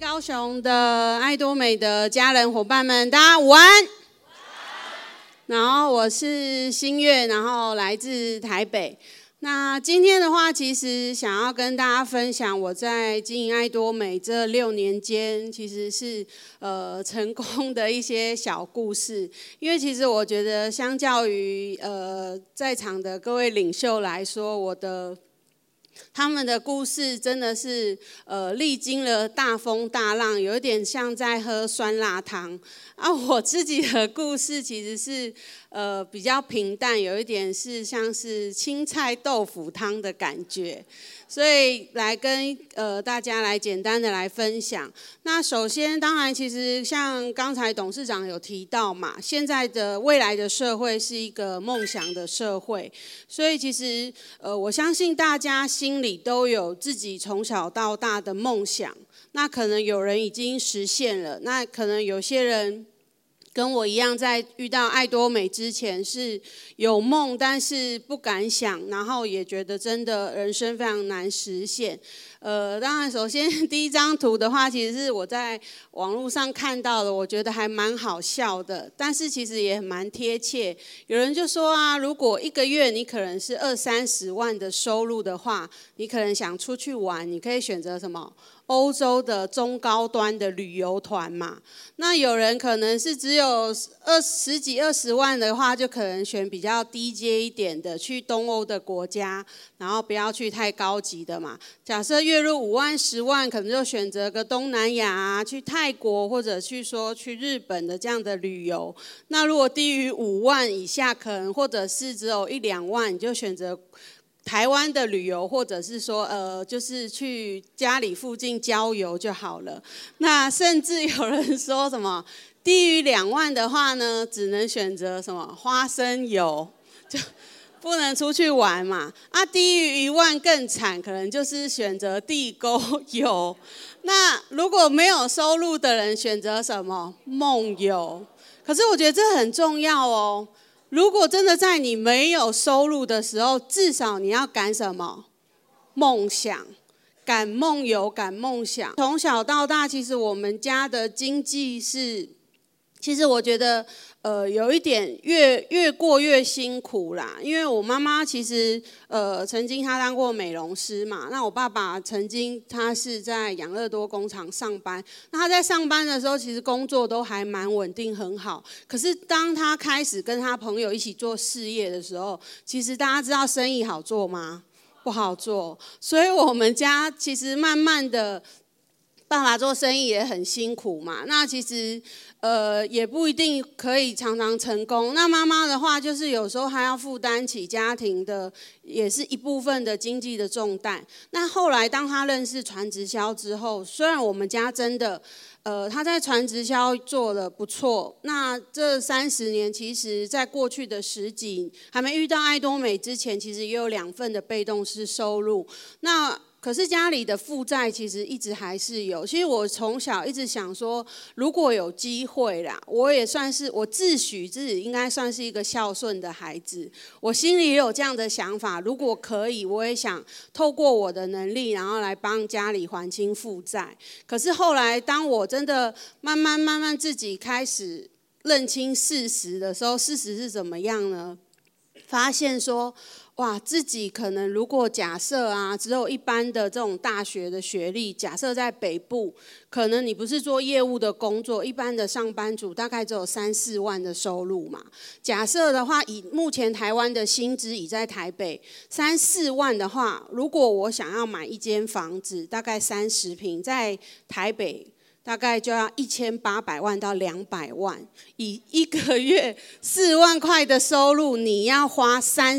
高雄的爱多美的家人伙伴们，大家午安。然后我是新月，然后来自台北。那今天的话，其实想要跟大家分享我在经营爱多美这6年间，其实是成功的一些小故事。因为其实我觉得，相较于在场的各位领袖来说，他们的故事真的是历经了大风大浪，有一点像在喝酸辣汤啊。我自己的故事其实是比较平淡，有一点是像是青菜豆腐汤的感觉，所以来跟大家来简单的来分享。那首先，当然其实像刚才董事长有提到嘛，现在的未来的社会是一个梦想的社会，所以其实我相信大家心里都有自己从小到大的梦想。那可能有人已经实现了，那可能有些人跟我一样，在遇到爱多美之前是有梦，但是不敢想，然后也觉得真的人生非常难实现。当然，首先第一张图的话，其实是我在网络上看到的，我觉得还蛮好笑的，但是其实也蛮贴切。有人就说啊，如果一个月你可能是20-30万的收入的话，你可能想出去玩，你可以选择什么？欧洲的中高端的旅游团嘛。那有人可能是只有十几20万的话，就可能选比较低阶一点的，去东欧的国家，然后不要去太高级的嘛。假设月入5万10万，可能就选择个东南亚啊，去泰国或者去日本的这样的旅游。那如果低于5万以下，可能或者是只有1-2万，你就选择台湾的旅游，或者是说就是去家里附近郊游就好了。那甚至有人说什么低于2万的话呢，只能选择什么花生油，就不能出去玩嘛。啊，低于1万更惨，可能就是选择地沟油。那如果没有收入的人选择什么梦游？可是我觉得这很重要哦。如果真的在你没有收入的时候，至少你要赶什么？梦想，赶梦游，赶梦想。从小到大，其实我们家的经济是，其实我觉得有一点越过越辛苦啦。因为我妈妈其实曾经她当过美容师嘛，那我爸爸曾经他是在养乐多工厂上班。那他在上班的时候，其实工作都还蛮稳定很好。可是当他开始跟他朋友一起做事业的时候，其实大家知道生意好做吗？不好做。所以我们家其实慢慢的，爸爸做生意也很辛苦嘛，那其实也不一定可以常常成功。那妈妈的话，就是有时候还要负担起家庭的，也是一部分的经济的重担。那后来当他认识传直销之后，虽然我们家真的他在传直销做得不错，那这30年，其实在过去的10几还没遇到爱多美之前，其实也有2份的被动式收入。那可是家里的负债其实一直还是有。其实我从小一直想说，如果有机会啦，我也算是，我自诩自己应该算是一个孝顺的孩子。我心里也有这样的想法，如果可以，我也想透过我的能力，然后来帮家里还清负债。可是后来，当我真的慢慢自己开始认清事实的时候，事实是怎么样呢？发现说，哇，自己可能如果假设啊，只有一般的这种大学的学历，假设在北部，可能你不是做业务的工作，一般的上班族大概只有3-4万的收入嘛。假设的话，以目前台湾的薪资，以在台北3-4万的话，如果我想要买一间房子，大概30坪，在台北大概就要1800万到200万，以一个月4万块的收入，你要花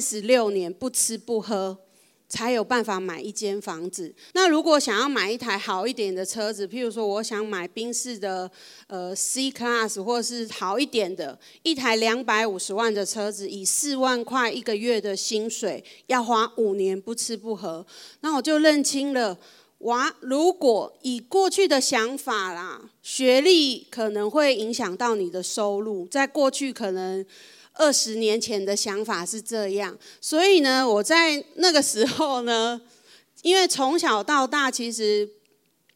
36年不吃不喝，才有办法买一间房子。那如果想要买一台好一点的车子，譬如说我想买宾士的C Class 或是好一点的，一台250万的车子，以4万块一个月的薪水，要花5年不吃不喝。那我就认清了。哇，如果以过去的想法啦，学历可能会影响到你的收入，在过去可能20年前的想法是这样。所以呢，我在那个时候呢，因为从小到大其实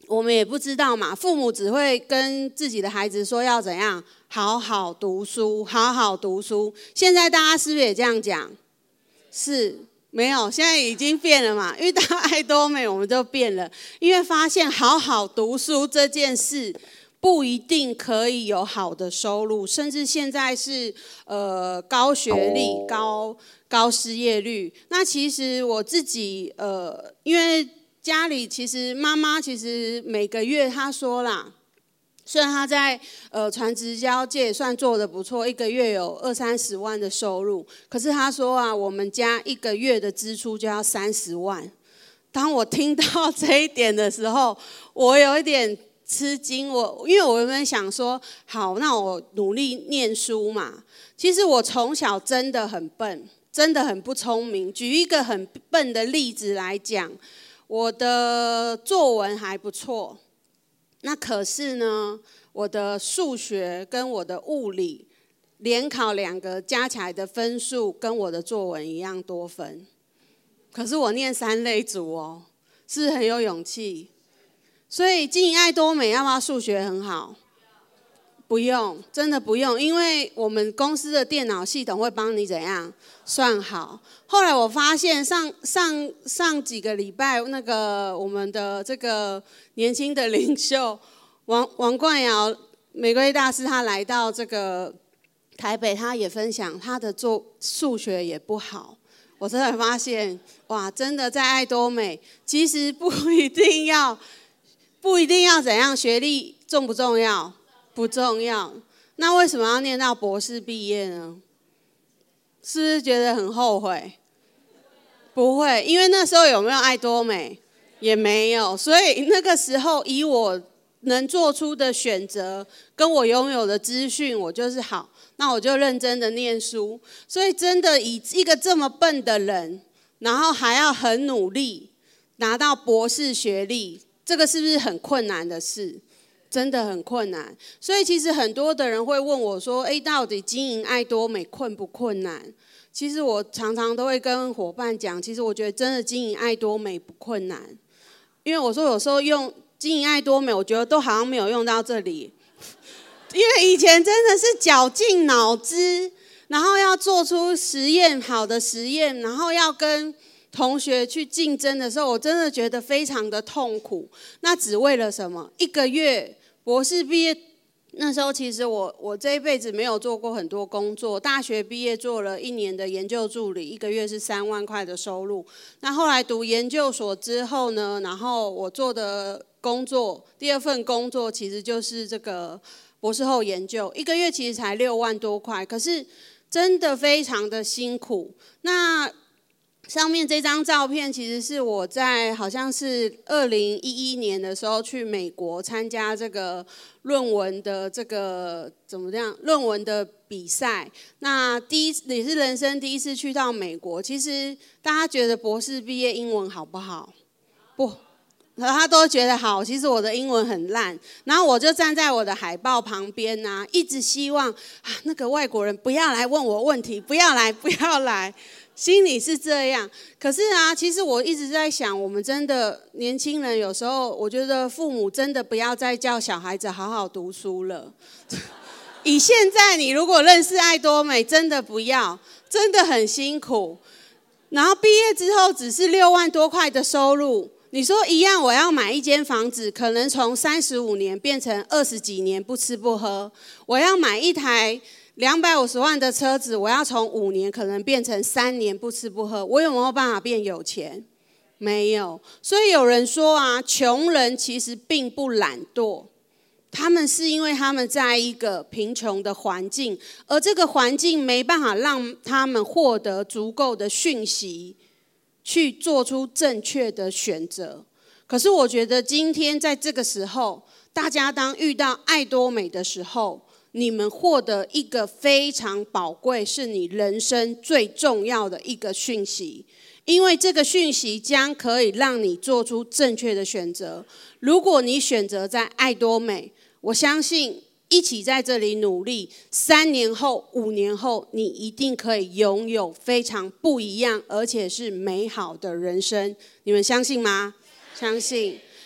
我们也不知道嘛，父母只会跟自己的孩子说要怎样好好读书，好好读书。现在大家是不是也这样讲？是。没有，现在已经变了嘛。遇到爱多美，我们就变了，因为发现好好读书这件事不一定可以有好的收入，甚至现在是高学历、高失业率。那其实我自己因为家里其实妈妈其实每个月她说啦。虽然他在传直销界算做得不错，一个月有20-30万的收入，可是他说啊，我们家一个月的支出就要30万。当我听到这一点的时候，我有一点吃惊。因为我原本想说，好，那我努力念书嘛。其实我从小真的很笨，真的很不聪明。举一个很笨的例子来讲，我的作文还不错。那可是呢，我的数学跟我的物理联考2个加起来的分数跟我的作文一样多分。可是我念3类组哦，是不是很有勇气？所以经营爱多美要不要数学很好？不用，真的不用，因为我们公司的电脑系统会帮你怎样算好。后来我发现上几个礼拜，那个我们的这个年轻的领袖王冠尧玫瑰大师，他来到这个台北，他也分享他的数学也不好。我真的发现，哇，真的在爱多美，其实不一定要怎样，学历重不重要？不重要。那为什么要念到博士毕业呢？是不是觉得很后悔？不会，因为那时候有没有爱多美？也没有。所以那个时候以我能做出的选择，跟我拥有的资讯，我就是好，那我就认真的念书。所以真的以一个这么笨的人，然后还要很努力拿到博士学历，这个是不是很困难的事？真的很困难。所以其实很多的人会问我说，到底经营爱多美困不困难？其实我常常都会跟伙伴讲，其实我觉得真的经营爱多美不困难。因为我说有时候用经营爱多美，我觉得都好像没有用到这里。因为以前真的是绞尽脑汁，然后要做出好的实验，然后要跟同学去竞争的时候，我真的觉得非常的痛苦。那只为了什么？1个月博士毕业，那时候其实我这一辈子没有做过很多工作。大学毕业做了1年的研究助理，1个月是3万块的收入。那后来读研究所之后呢，然后我做的工作，第2份工作其实就是这个博士后研究，1个月其实才6万多块，可是真的非常的辛苦。那上面这张照片其实是我在好像是2011年的时候去美国参加这个论文的这个论文的比赛。那也是人生第一次去到美国。其实大家觉得博士毕业英文好不好？不，他都觉得好。其实我的英文很烂，然后我就站在我的海报旁边啊，一直希望那个外国人不要来问我问题，不要来。心里是这样。可是啊，其实我一直在想，我们真的年轻人有时候，我觉得父母真的不要再叫小孩子好好读书了。以现在你如果认识爱多美，真的不要，真的很辛苦。然后毕业之后只是6万多块的收入，你说一样，我要买一间房子，可能从35年变成20几年不吃不喝。我要买一台250万的车子，我要从5年可能变成3年不吃不喝。我有没有办法变有钱？没有。所以有人说啊，穷人其实并不懒惰，他们是因为他们在一个贫穷的环境，而这个环境没办法让他们获得足够的讯息，去做出正确的选择。可是我觉得今天在这个时候，大家当遇到爱多美的时候，你们获得一个非常宝贵，是你人生最重要的一个讯息，因为这个讯息将可以让你做出正确的选择。如果你选择在爱多美，我相信一起在这里努力，3年后、5年后，你一定可以拥有非常不一样，而且是美好的人生。你们相信吗？相信。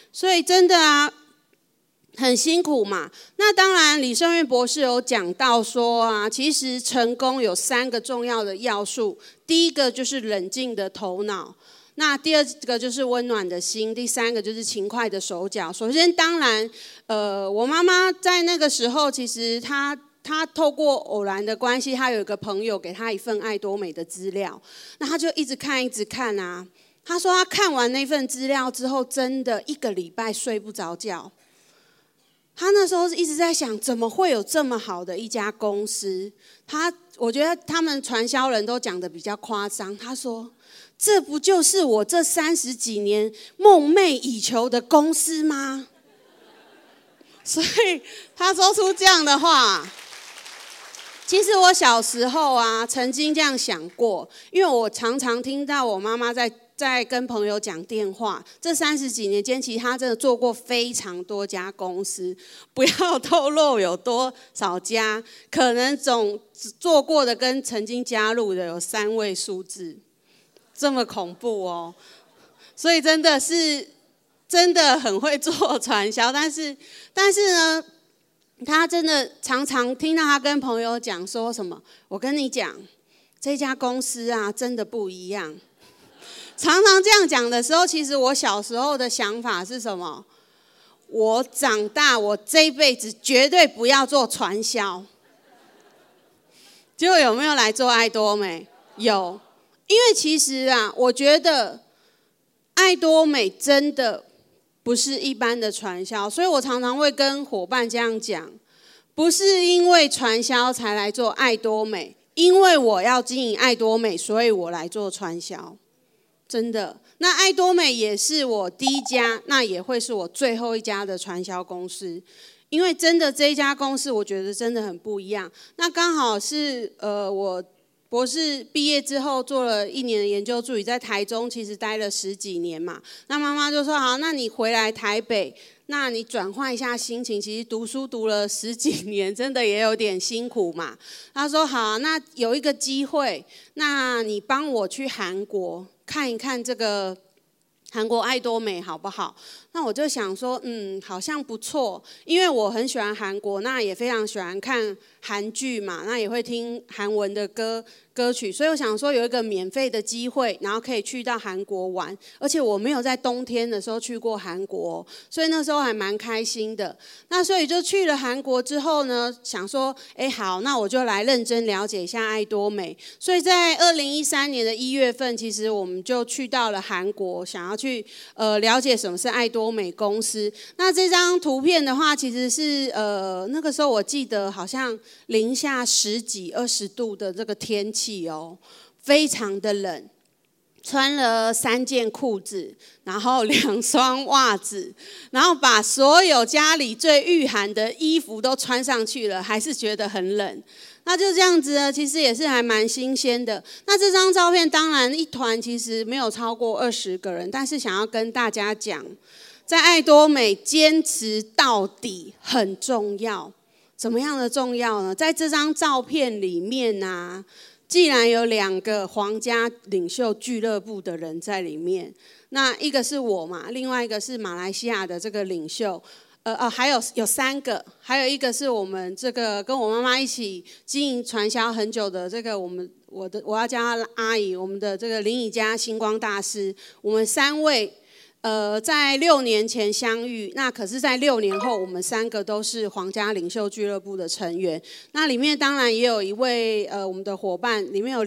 所以真的啊，很辛苦嘛。那当然，李胜岳博士有讲到说啊，其实成功有3个重要的要素。第一个就是冷静的头脑，那第二个就是温暖的心，第3个就是勤快的手脚。首先，当然，我妈妈在那个时候，其实她透过偶然的关系，她有一个朋友给她一份爱多美的资料，那她就一直看啊。她说她看完那份资料之后，真的1个礼拜睡不着觉。他那时候一直在想，怎么会有这么好的一家公司？我觉得他们传销人都讲得比较夸张。他说：“这不就是我这30几年梦寐以求的公司吗？”所以他说出这样的话。其实我小时候啊，曾经这样想过，因为我常常听到我妈妈在跟朋友讲电话，这30几年间，其实她真的做过非常多家公司，不要透露有多少家，可能总做过的跟曾经加入的有3位数字，这么恐怖哦。所以真的很会做传销，但是呢，他真的常常听到他跟朋友讲说什么，我跟你讲，这家公司啊，真的不一样。常常这样讲的时候，其实我小时候的想法是什么？我长大，我这一辈子绝对不要做传销。结果有没有来做爱多美？有，因为其实啊，我觉得爱多美真的不是一般的传销，所以我常常会跟伙伴这样讲，不是因为传销才来做爱多美，因为我要经营爱多美，所以我来做传销。真的，那爱多美也是我第1家，那也会是我最后1家的传销公司。因为真的这一家公司，我觉得真的很不一样。那刚好是我博士毕业之后做了1年的研究助理，在台中其实待了10几年嘛。那妈妈就说好，那你回来台北，那你转换一下心情。其实读书读了10几年，真的也有点辛苦嘛。她说好，那有一个机会，那你帮我去韩国看一看这个韩国爱多美好不好？那我就想说，好像不错，因为我很喜欢韩国，那也非常喜欢看韩剧嘛，那也会听韩文的歌曲，所以我想说有一个免费的机会，然后可以去到韩国玩，而且我没有在冬天的时候去过韩国，所以那时候还蛮开心的。那所以就去了韩国之后呢，想说，好，那我就来认真了解一下爱多美。所以在2013年的1月份，其实我们就去到了韩国，想要去了解什么是爱多美公司。那这张图片的话，其实是那个时候我记得好像零下10几20度的这个天气哦，非常的冷，穿了3件裤子，然后2双袜子，然后把所有家里最御寒的衣服都穿上去了，还是觉得很冷。那就这样子呢，其实也是还蛮新鲜的。那这张照片当然一团其实没有超过20个人，但是想要跟大家讲，在爱多美坚持到底很重要。怎么样的重要呢？在这张照片里面啊，既然有2个皇家领袖俱乐部的人在里面，那一个是我嘛，另外一个是马来西亚的这个领袖，还有3个，还有一个是我们这个跟我妈妈一起经营传销很久的这个我要叫她阿姨，我们的这个林以嘉星光大师，我们3位。在6年前相遇，那可是在6年后，我们3个都是皇家领袖俱乐部的成员。那里面当然也有一位我们的伙伴，里面有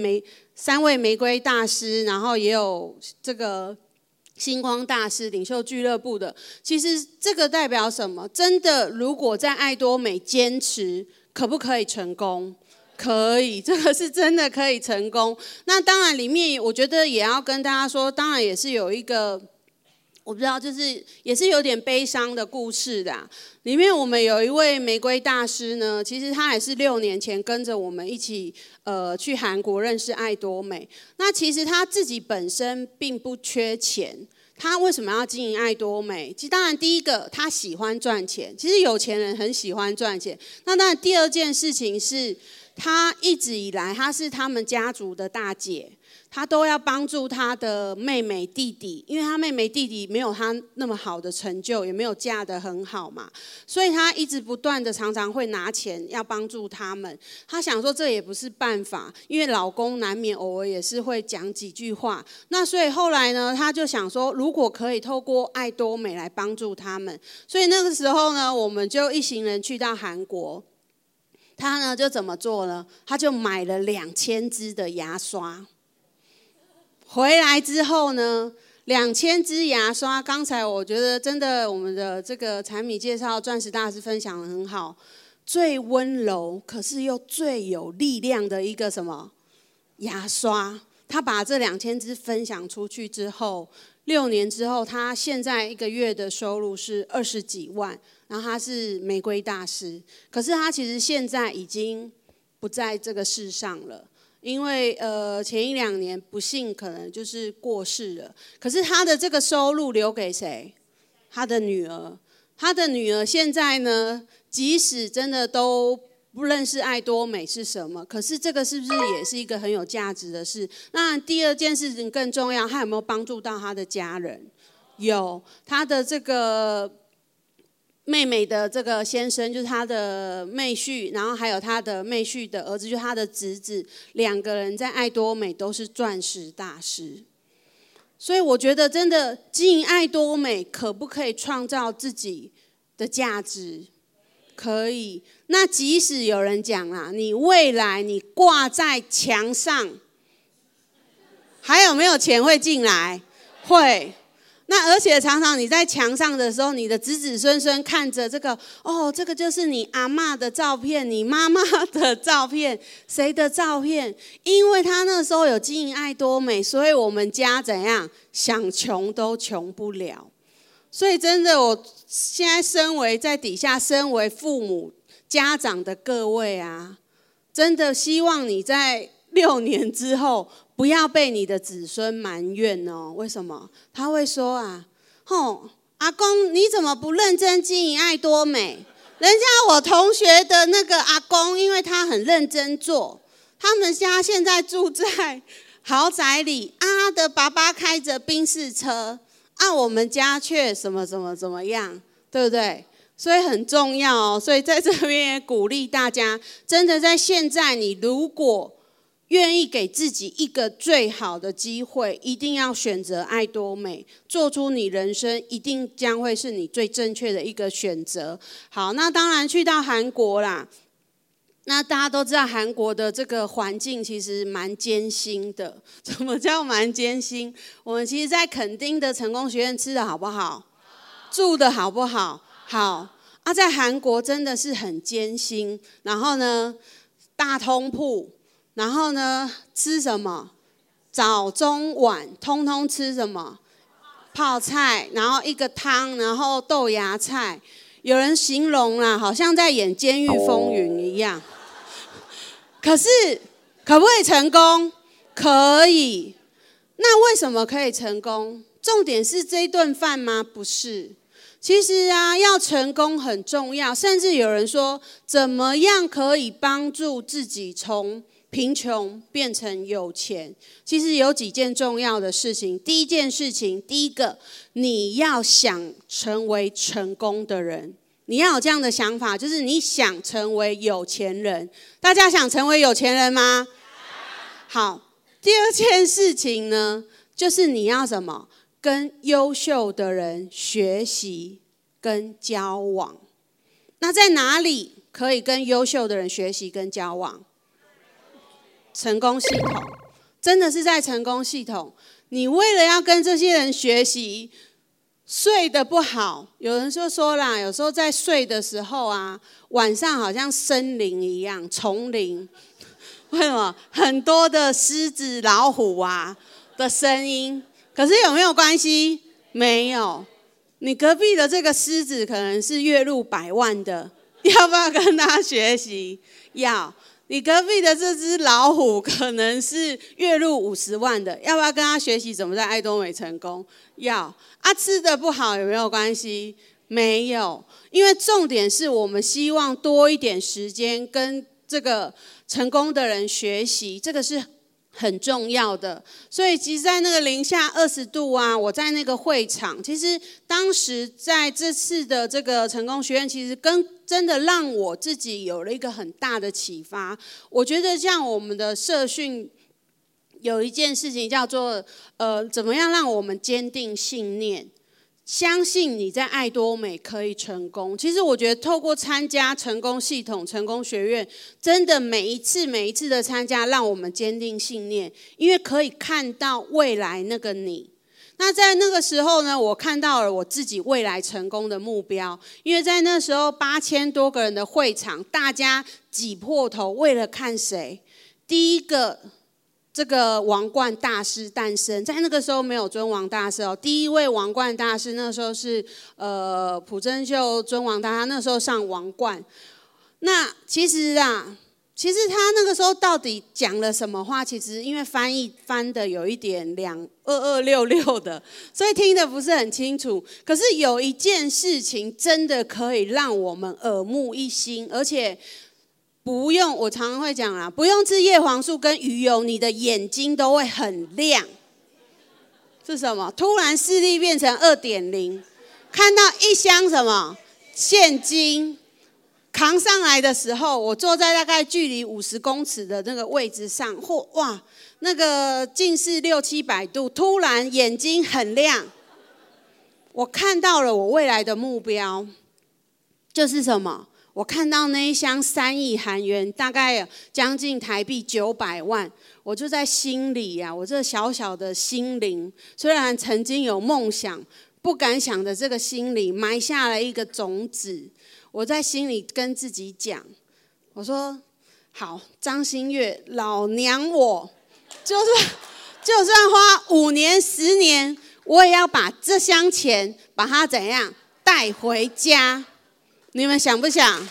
3位玫瑰大师，然后也有这个星光大师领袖俱乐部的。其实这个代表什么？真的，如果在爱多美坚持，可不可以成功？可以，这个是真的可以成功。那当然里面我觉得也要跟大家说，当然也是有一个我不知道，就是也是有点悲伤的故事的。里面我们有一位玫瑰大师呢，其实他也是6年前跟着我们一起去韩国认识爱多美。那其实他自己本身并不缺钱，他为什么要经营爱多美？其实当然第一个他喜欢赚钱，其实有钱人很喜欢赚钱。那当然第二件事情是，他一直以来他是他们家族的大姐。 他都要帮助他的妹妹弟弟，因为他妹妹弟弟没有他那么好的成就，也没有嫁得很好嘛，所以他一直不断的常常会拿钱要帮助他们。他想说这也不是办法，因为老公难免偶尔也是会讲几句话。那所以后来呢，他就想说，如果可以透过爱多美来帮助他们，所以那个时候呢，我们就一行人去到韩国。他呢就怎么做呢？他就买了2000支的牙刷。回来之后呢，2000支牙刷，刚才我觉得真的我们的这个产品介绍，钻石大师分享得很好，最温柔可是又最有力量的一个什么牙刷。他把这2000支分享出去之后，6年之后，他现在1个月的收入是20几万。然后他是玫瑰大师，可是他其实现在已经不在这个世上了，因为前1、2年不幸可能就是过世了。可是他的这个收入留给谁？他的女儿。他的女儿现在呢，即使真的都不认识爱多美是什么，可是这个是不是也是一个很有价值的事？那第二件事情更重要，他有没有帮助到他的家人？有，他的这个妹妹的这个先生就是他的妹婿，然后还有他的妹婿的儿子就是他的侄子，2个人在爱多美都是钻石大师。所以我觉得真的经营爱多美，可不可以创造自己的价值？可以。那即使有人讲啦，你未来你挂在墙上，还有没有钱会进来？会。那而且常常你在墙上的时候，你的子子孙孙看着这个，这个就是你阿嬷的照片，你妈妈的照片，谁的照片？因为他那时候有经营爱多美，所以我们家怎样想穷都穷不了。所以真的，我现在身为在底下身为父母家长的各位啊，真的希望你在6年之后不要被你的子孙埋怨哦。为什么？他会说啊，阿公你怎么不认真经营爱多美？人家我同学的那个阿公，因为他很认真做，他们家现在住在豪宅里，他的爸爸开着宾士车，我们家却怎么样，对不对？所以很重要哦。所以在这边也鼓励大家，真的在现在，你如果愿意给自己一个最好的机会，一定要选择爱多美，做出你人生一定将会是你最正确的一个选择。好，那当然去到韩国啦，那大家都知道韩国的这个环境其实蛮艰辛的。怎么叫蛮艰辛？我们其实在垦丁的成功学院吃的好不好？住的好不好？好。在韩国真的是很艰辛，然后呢大通铺，然后呢吃什么？早中晚通通吃什么？泡菜，然后一个汤，然后豆芽菜。有人形容啦，好像在演《监狱风云》一样。可是可不可以成功？可以。那为什么可以成功？重点是这一顿饭吗？不是。其实要成功很重要，甚至有人说，怎么样可以帮助自己从贫穷变成有钱？其实有几件重要的事情。第一件事情，第一个，你要想成为成功的人，你要有这样的想法，就是你想成为有钱人。大家想成为有钱人吗？好，第二件事情呢，就是你要什么？跟优秀的人学习跟交往。那在哪里可以跟优秀的人学习跟交往？成功系统，真的是在成功系统。你为了要跟这些人学习，睡得不好，有人就说啦，有时候在睡的时候晚上好像森林一样，丛林，为什么？很多的狮子、老虎的声音。可是有没有关系？没有。你隔壁的这个狮子可能是月入100万的，要不要跟他学习？要。你隔壁的这只老虎可能是月入50万的，要不要跟他学习怎么在爱多美成功？要。吃得不好有没有关系？没有。因为重点是我们希望多一点时间跟这个成功的人学习，这个是很重要的。所以其实在那个零下20度啊，我在那个会场，其实当时在这次的这个成功学院，其实真的让我自己有了一个很大的启发。我觉得像我们的社训有一件事情叫做怎么样让我们坚定信念，相信你在爱多美可以成功。其实我觉得透过参加成功系统、成功学院，真的每一次的参加，让我们坚定信念，因为可以看到未来那个你。那在那个时候呢，我看到了我自己未来成功的目标，因为在那时候8000多个人的会场，大家挤破头为了看谁第一个这个王冠大师诞生。在那个时候没有尊王大师哦，第一位王冠大师那时候是朴真秀尊王大师，那时候上王冠。那其实他那个时候到底讲了什么话？其实因为翻译翻的有一点2266的，所以听得不是很清楚。可是有一件事情真的可以让我们耳目一新，而且不用，我常常会讲啦，不用吃叶黄素跟鱼油，你的眼睛都会很亮。是什么？突然视力变成2.0，看到一箱什么现金扛上来的时候，我坐在大概距离50公尺的那个位置上，哇，那个近视600-700度，突然眼睛很亮。我看到了我未来的目标，就是什么？我看到那一箱3亿韩元，大概将近台币900万，我就在心里我这小小的心灵，虽然曾经有梦想，不敢想的这个心里埋下了一个种子。我在心里跟自己讲，我说好，张馨月老娘我就算花5年10年，我也要把这箱钱把它怎样带回家。你们想不想？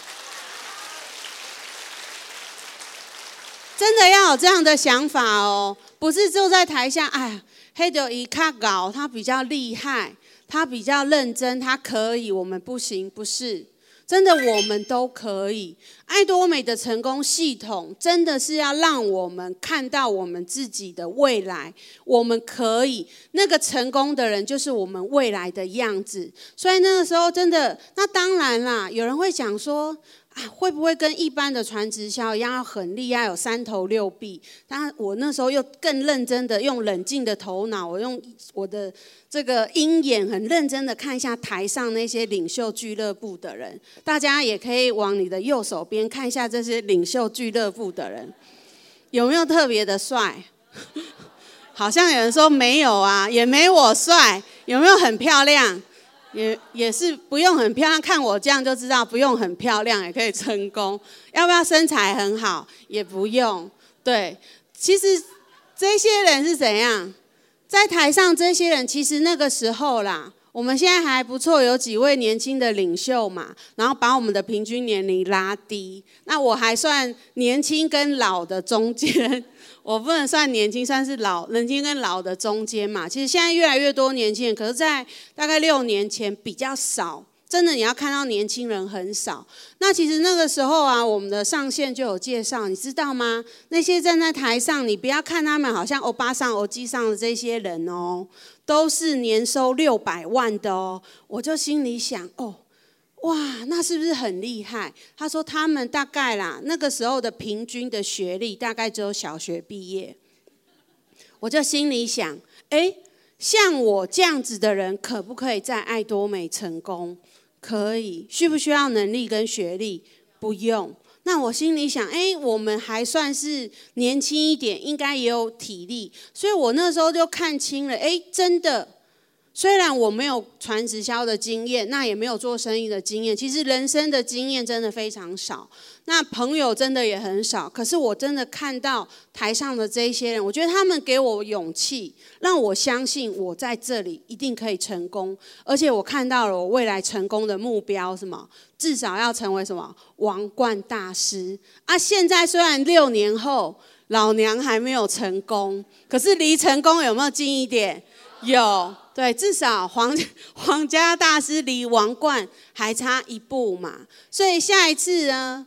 真的要有这样的想法哦，不是坐在台下，黑就一卡搞，他比较厉害，他比较认真，他可以，我们不行，不是。真的我们都可以。爱多美的成功系统真的是要让我们看到我们自己的未来，我们可以，那个成功的人就是我们未来的样子。所以那个时候真的，那当然啦，有人会讲说会不会跟一般的传直销一样要很厉害，有3头6臂？当然我那时候又更认真的用冷静的头脑，我用我的这个鹰眼很认真的看一下台上那些领袖俱乐部的人。大家也可以往你的右手边看一下这些领袖俱乐部的人，有没有特别的帅？好像有人说没有啊，也没我帅。有没有很漂亮？也是不用很漂亮，看我这样就知道不用很漂亮也可以成功。要不要身材很好？也不用。对，其实这些人是怎样？在台上这些人，其实那个时候啦，我们现在还不错，有几位年轻的领袖嘛，然后把我们的平均年龄拉低。那我还算年轻跟老的中间，我不能算年轻，算是年轻跟老的中间嘛。其实现在越来越多年轻人，可是在大概6年前比较少。真的你要看到年轻人很少。那其实那个时候我们的上线就有介绍，你知道吗？那些站在台上，你不要看他们好像欧巴桑、欧基上的这些人哦，都是年收600万的哦。我就心里想哇，那是不是很厉害？他说他们大概那个时候的平均的学历大概只有小学毕业。我就心里想，像我这样子的人，可不可以在爱多美成功？可以。需不需要能力跟学历？不用。那我心里想，我们还算是年轻一点，应该也有体力。所以我那时候就看清了，真的，虽然我没有传直销的经验，那也没有做生意的经验，其实人生的经验真的非常少，那朋友真的也很少。可是我真的看到台上的这些人，我觉得他们给我勇气，让我相信我在这里一定可以成功。而且我看到了我未来成功的目标，什么？至少要成为什么？王冠大师。现在虽然6年后老娘还没有成功，可是离成功有没有近一点？有。对，至少皇家大师离王冠还差1步嘛。所以下一次呢，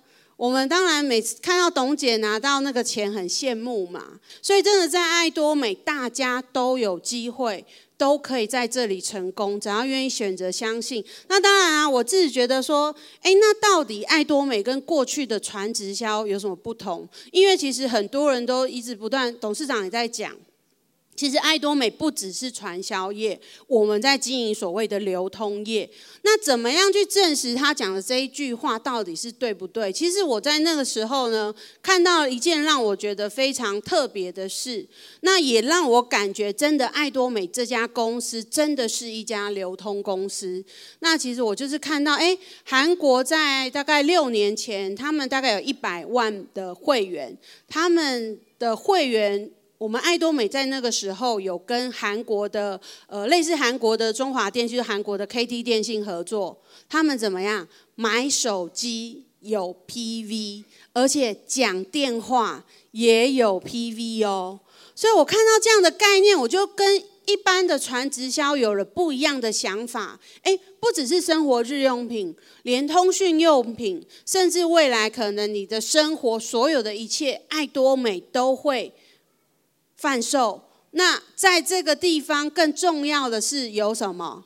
我们当然每次看到董姐拿到那个钱很羡慕嘛，所以真的在爱多美，大家都有机会，都可以在这里成功，只要愿意选择相信。那当然啊，我自己觉得说，那到底爱多美跟过去的传直销有什么不同？因为其实很多人都一直不断，董事长也在讲。其实爱多美不只是传销业，我们在经营所谓的流通业。那怎么样去证实他讲的这一句话到底是对不对？其实我在那个时候呢，看到一件让我觉得非常特别的事，那也让我感觉真的爱多美这家公司真的是一家流通公司。那其实我就是看到，韩国在大概6年前，他们大概有100万的会员，他们的会员。我们爱多美在那个时候有跟韩国的类似韩国的中华电信，就是韩国的 KT 电信合作，他们怎么样买手机有 PV， 而且讲电话也有 PV 哦。所以我看到这样的概念，我就跟一般的传直销有了不一样的想法。不只是生活日用品，连通讯用品，甚至未来可能你的生活所有的一切，爱多美都会贩售。那在这个地方更重要的是有什么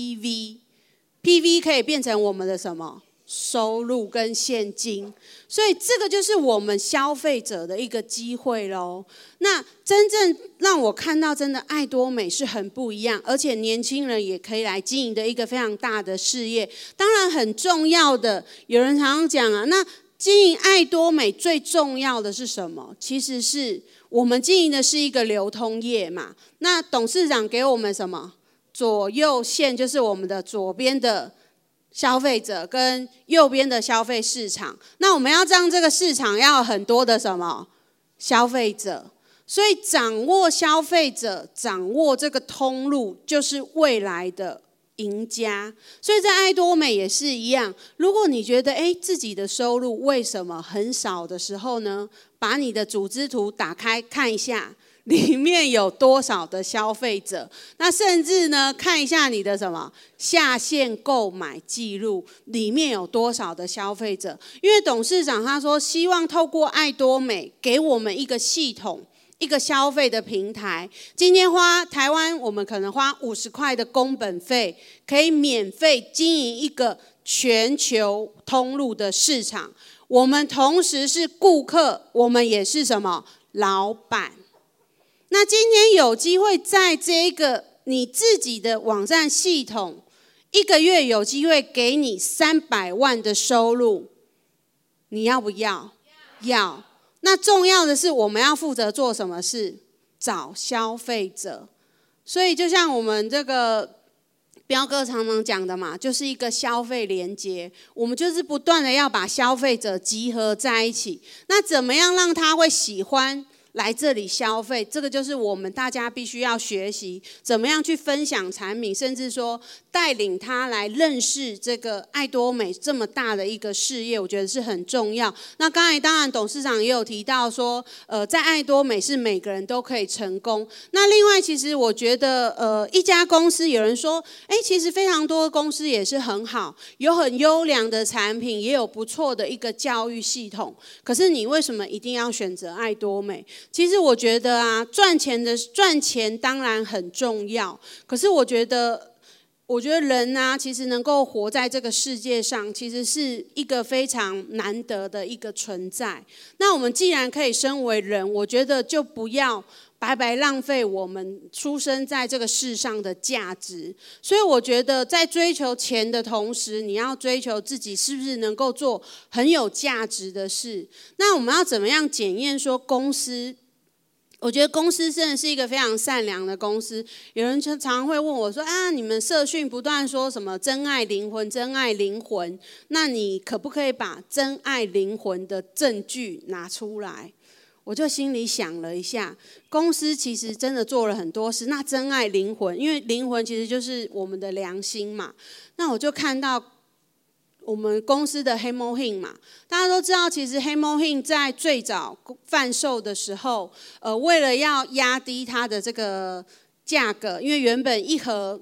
PV 可以变成我们的什么收入跟现金，所以这个就是我们消费者的一个机会咯。那真正让我看到真的爱多美是很不一样，而且年轻人也可以来经营的一个非常大的事业。当然很重要的，有人常常讲啊，那经营爱多美最重要的是什么？其实是我们经营的是一个流通业嘛。那董事长给我们什么？左右线就是我们的左边的消费者跟右边的消费市场。那我们要让这个市场要有很多的什么消费者，所以掌握消费者，掌握这个通路，就是未来的赢家。所以在爱多美也是一样，如果你觉得自己的收入为什么很少的时候呢，把你的组织图打开看一下，里面有多少的消费者，那甚至呢看一下你的什么下线购买记录，里面有多少的消费者。因为董事长他说希望透过爱多美给我们一个系统，一个消费的平台。今天台湾我们可能花50块的工本费，可以免费经营一个全球通路的市场。我们同时是顾客，我们也是什么老板。那今天有机会在这个你自己的网站系统，1个月有机会给你300万的收入，你要不要？要。那重要的是我们要负责做什么事？找消费者。所以就像我们这个彪哥常常讲的嘛，就是一个消费连结，我们就是不断的要把消费者集合在一起。那怎么样让他会喜欢来这里消费？这个就是我们大家必须要学习，怎么样去分享产品，甚至说带领他来认识这个爱多美这么大的一个事业，我觉得是很重要。那刚才当然董事长也有提到说，在爱多美是每个人都可以成功。那另外其实我觉得一家公司有人说，其实非常多的公司也是很好，有很优良的产品，也有不错的一个教育系统，可是你为什么一定要选择爱多美？其实我觉得啊，赚钱当然很重要，可是我觉得人啊，其实能够活在这个世界上，其实是一个非常难得的一个存在。那我们既然可以身为人，我觉得就不要白白浪费我们出生在这个世上的价值。所以我觉得在追求钱的同时，你要追求自己是不是能够做很有价值的事。那我们要怎么样检验说公司？我觉得公司真的是一个非常善良的公司。有人常常会问我说你们社训不断说什么真爱灵魂，真爱灵魂，那你可不可以把真爱灵魂的证据拿出来？我就心里想了一下，公司其实真的做了很多事，那真爱灵魂，因为灵魂其实就是我们的良心嘛。那我就看到我们公司的黑猫 hin 嘛，大家都知道，其实黑猫 hin 在最早贩售的时候，为了要压低它的这个价格，因为原本一盒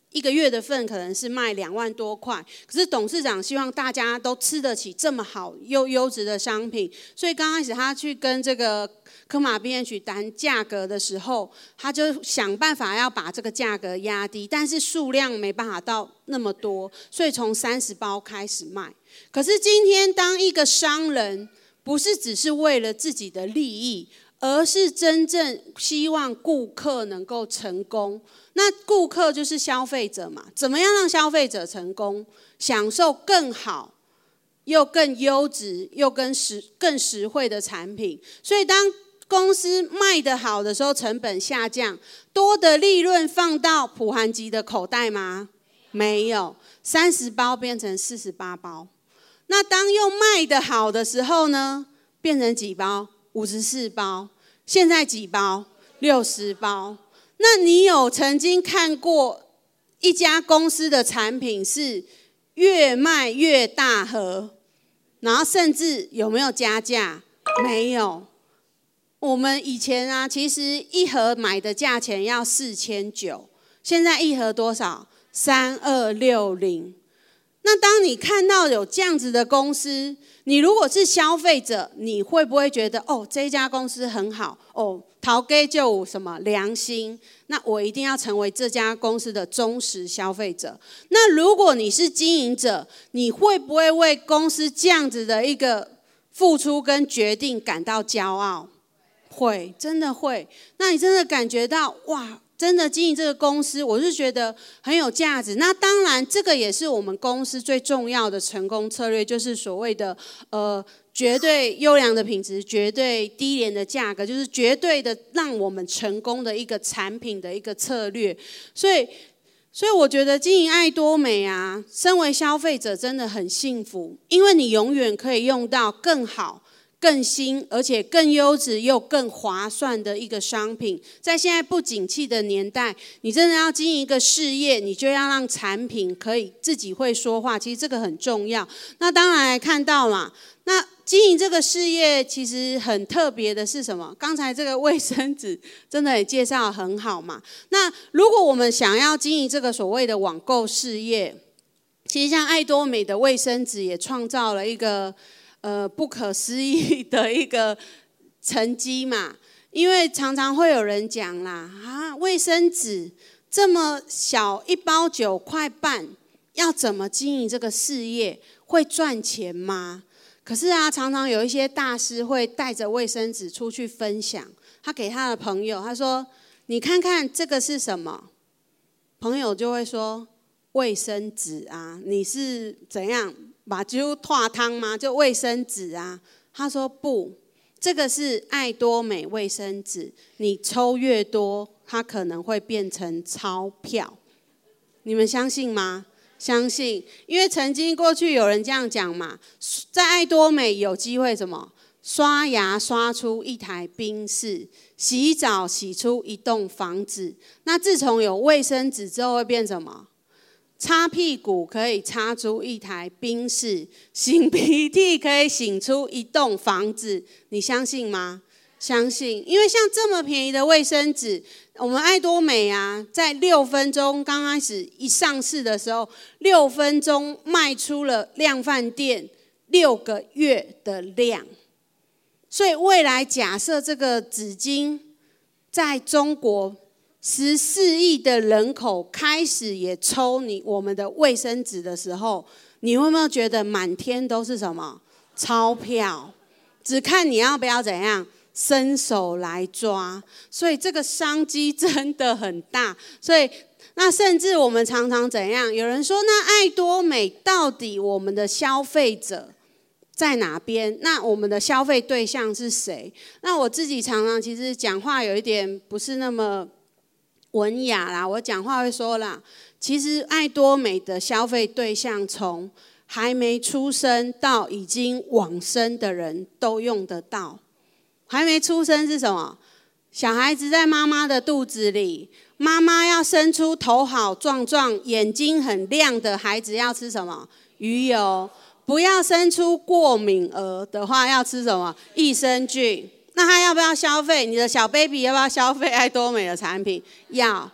一个月的份可能是卖2万多块，可是董事长希望大家都吃得起这么好又优质的商品，所以刚开始他去跟这个科马 B&H 谈价格的时候，他就想办法要把这个价格压低，但是数量没办法到那么多，所以从30包开始卖。可是今天当一个商人不是只是为了自己的利益，而是真正希望顾客能够成功。那顾客就是消费者嘛，怎么样让消费者成功，享受更好又更优质又更实惠的产品。所以当公司卖得好的时候，成本下降，多的利润放到普韩吉的口袋吗？没有，30包变成48包。那当又卖得好的时候呢，变成几包？54包。现在几包？60包。那你有曾经看过一家公司的产品是越卖越大盒，然后甚至有没有加价？没有。我们以前啊，其实一盒买的价钱要4900，现在一盒多少？3260。那当你看到有这样子的公司，你如果是消费者，你会不会觉得这家公司很好头家就有什么良心，那我一定要成为这家公司的忠实消费者？那如果你是经营者，你会不会为公司这样子的一个付出跟决定感到骄傲？会，真的会。那你真的感觉到哇，真的经营这个公司，我是觉得很有价值。那当然，这个也是我们公司最重要的成功策略，就是所谓的绝对优良的品质，绝对低廉的价格，就是绝对的让我们成功的一个产品的一个策略。所以我觉得经营爱多美啊，身为消费者真的很幸福，因为你永远可以用到更好、更新，而且更优质又更划算的一个商品。在现在不景气的年代，你真的要经营一个事业，你就要让产品可以自己会说话，其实这个很重要。那当然来看到嘛，那经营这个事业其实很特别的是什么？刚才这个卫生纸真的也介绍得很好嘛。那如果我们想要经营这个所谓的网购事业，其实像爱多美的卫生纸也创造了一个不可思议的一个成绩嘛。因为常常会有人讲啦，卫生纸这么小一包9块半，要怎么经营这个事业？会赚钱吗？可是啊，常常有一些大师会带着卫生纸出去分享，他给他的朋友，他说：“你看看这个是什么？”朋友就会说：“卫生纸啊，你是怎样把酒化汤吗？就卫生纸啊。”他说：“不，这个是爱多美卫生纸，你抽越多，它可能会变成钞票。”你们相信吗？相信，因为曾经过去有人这样讲嘛，在爱多美有机会什么？刷牙刷出一台宾士，洗澡洗出一栋房子。那自从有卫生纸之后会变什么？擦屁股可以擦出一台宾士，擤鼻涕可以擤出一栋房子。你相信吗？相信，因为像这么便宜的卫生纸，我们爱多美啊，在6分钟刚开始一上市的时候，6分钟卖出了量贩店6个月的量。所以未来假设这个纸巾在中国14亿的人口开始也抽我们的卫生纸的时候，你会没有觉得满天都是什么？钞票，只看你要不要怎样伸手来抓。所以这个商机真的很大。所以那甚至我们常常怎样？有人说，那爱多美到底我们的消费者在哪边？那我们的消费对象是谁？那我自己常常其实讲话有一点不是那么文雅啦，我讲话会说啦，其实爱多美的消费对象从还没出生到已经往生的人都用得到。还没出生是什么？小孩子在妈妈的肚子里，妈妈要生出头好壮壮、眼睛很亮的孩子，要吃什么？鱼油。不要生出过敏儿的话，要吃什么？益生菌。那他要不要消费？你的小 baby 要不要消费爱多美的产品？要。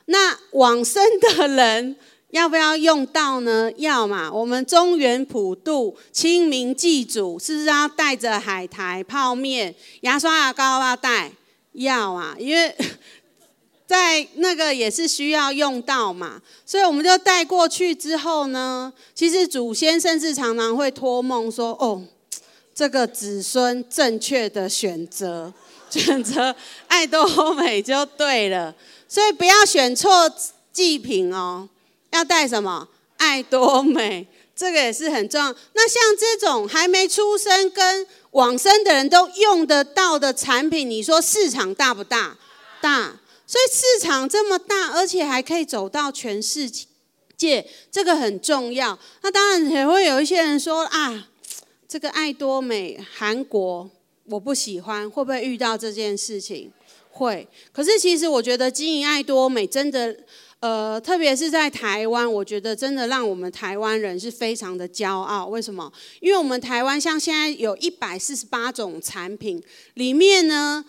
那往生的人要不要用到呢？要嘛。我们中元普渡、清明祭祖，是不是要带着海苔、泡面、牙刷、牙膏要不要带？要啊，因为在那个也是需要用到嘛，所以我们就带过去之后呢，其实祖先甚至常常会托梦说：“哦，这个子孙正确的选择爱多美就对了。”所以不要选错祭品哦，要带什么？爱多美，这个也是很重要。那像这种还没出生跟往生的人都用得到的产品，你说市场大不大？大。所以市场这么大，而且还可以走到全世界，这个很重要。那当然也会有一些人说啊，这个爱多美韩国我不喜欢，会不会遇到这件事情？会。可是其实我觉得经营爱多美真的，特别是在台湾，我觉得真的让我们台湾人是非常的骄傲。为什么？因为我们台湾像现在有148种产品，里面呢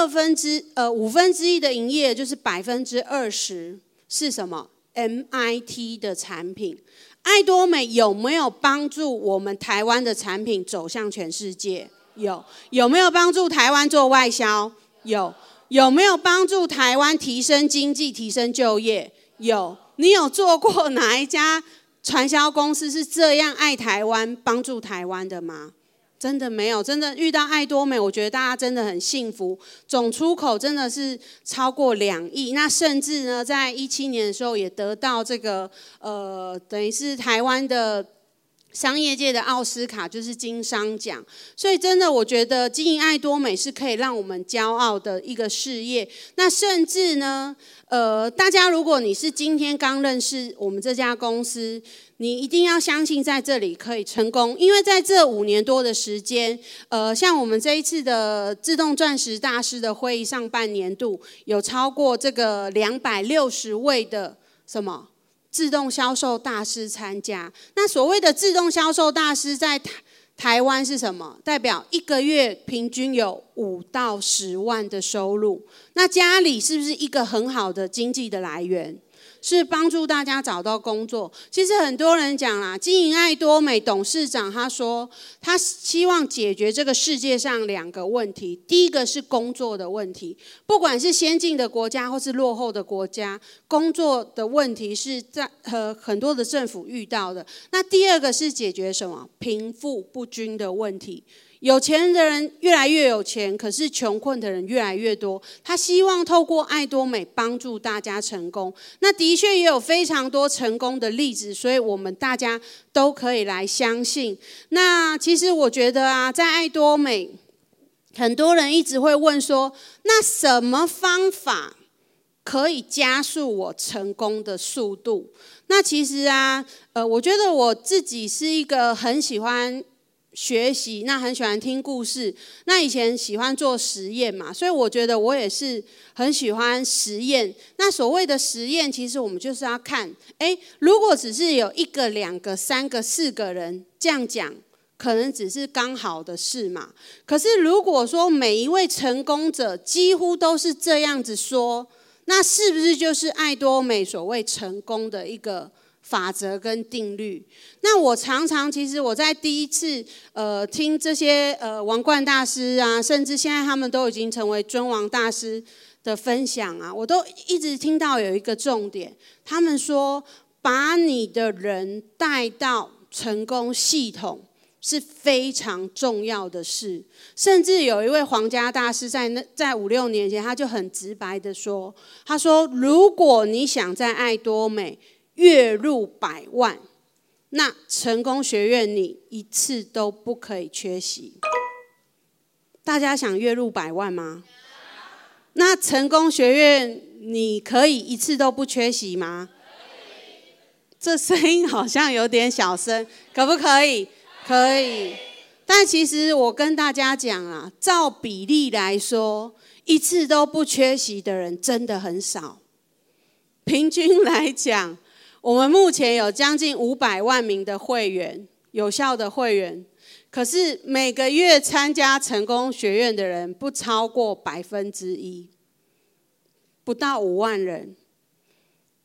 5分之一的营业就是20%是什么 ？MIT 的产品。爱多美有没有帮助我们台湾的产品走向全世界？有。有没有帮助台湾做外销？有。有没有帮助台湾提升经济、提升就业？有。你有做过哪一家传销公司是这样爱台湾、帮助台湾的吗？真的没有，真的遇到爱多美，我觉得大家真的很幸福。总出口真的是超过2亿，那甚至呢，在2017年的时候也得到这个等于是台湾的商业界的奥斯卡，就是金商奖。所以真的，我觉得经营爱多美是可以让我们骄傲的一个事业。那甚至呢，大家如果你是今天刚认识我们这家公司，你一定要相信在这里可以成功，因为在这5年多的时间，像我们这一次的自动钻石大师的会议上半年度，有超过这个260位的什么自动销售大师参加。那所谓的自动销售大师在台湾是什么？代表1个月平均有5到10万的收入。那家里是不是一个很好的经济的来源？是帮助大家找到工作。其实很多人讲啦，经营爱多美董事长他说，他希望解决这个世界上2个问题。第一个是工作的问题，不管是先进的国家或是落后的国家，工作的问题是在很多的政府遇到的。那第二个是解决什么？贫富不均的问题。有钱的人越来越有钱，可是穷困的人越来越多。他希望透过爱多美帮助大家成功。那的确也有非常多成功的例子，所以我们大家都可以来相信。那其实我觉得啊，在爱多美，很多人一直会问说，那什么方法可以加速我成功的速度？那其实啊，我觉得我自己是一个很喜欢学习，那很喜欢听故事，那以前喜欢做实验嘛，所以我觉得我也是很喜欢实验。那所谓的实验，其实我们就是要看，如果只是有1个、2个、3个、4个人这样讲，可能只是刚好的事嘛。可是如果说每一位成功者几乎都是这样子说，那是不是就是爱多美所谓成功的一个法则跟定律？那我常常其实我在第一次听这些王冠大师啊，甚至现在他们都已经成为尊王大师的分享啊，我都一直听到有一个重点，他们说把你的人带到成功系统是非常重要的事。甚至有一位皇家大师在5-6年前，他就很直白的说，他说如果你想在爱多美月入100万，那成功学院你一次都不可以缺席。大家想月入100万吗？那成功学院你可以一次都不缺席吗？这声音好像有点小声，可不可以？可以。但其实我跟大家讲啊，照比例来说，一次都不缺席的人真的很少。平均来讲，我们目前有将近500万名的会员，有效的会员，可是每个月参加成功学院的人不超过1%，不到5万人。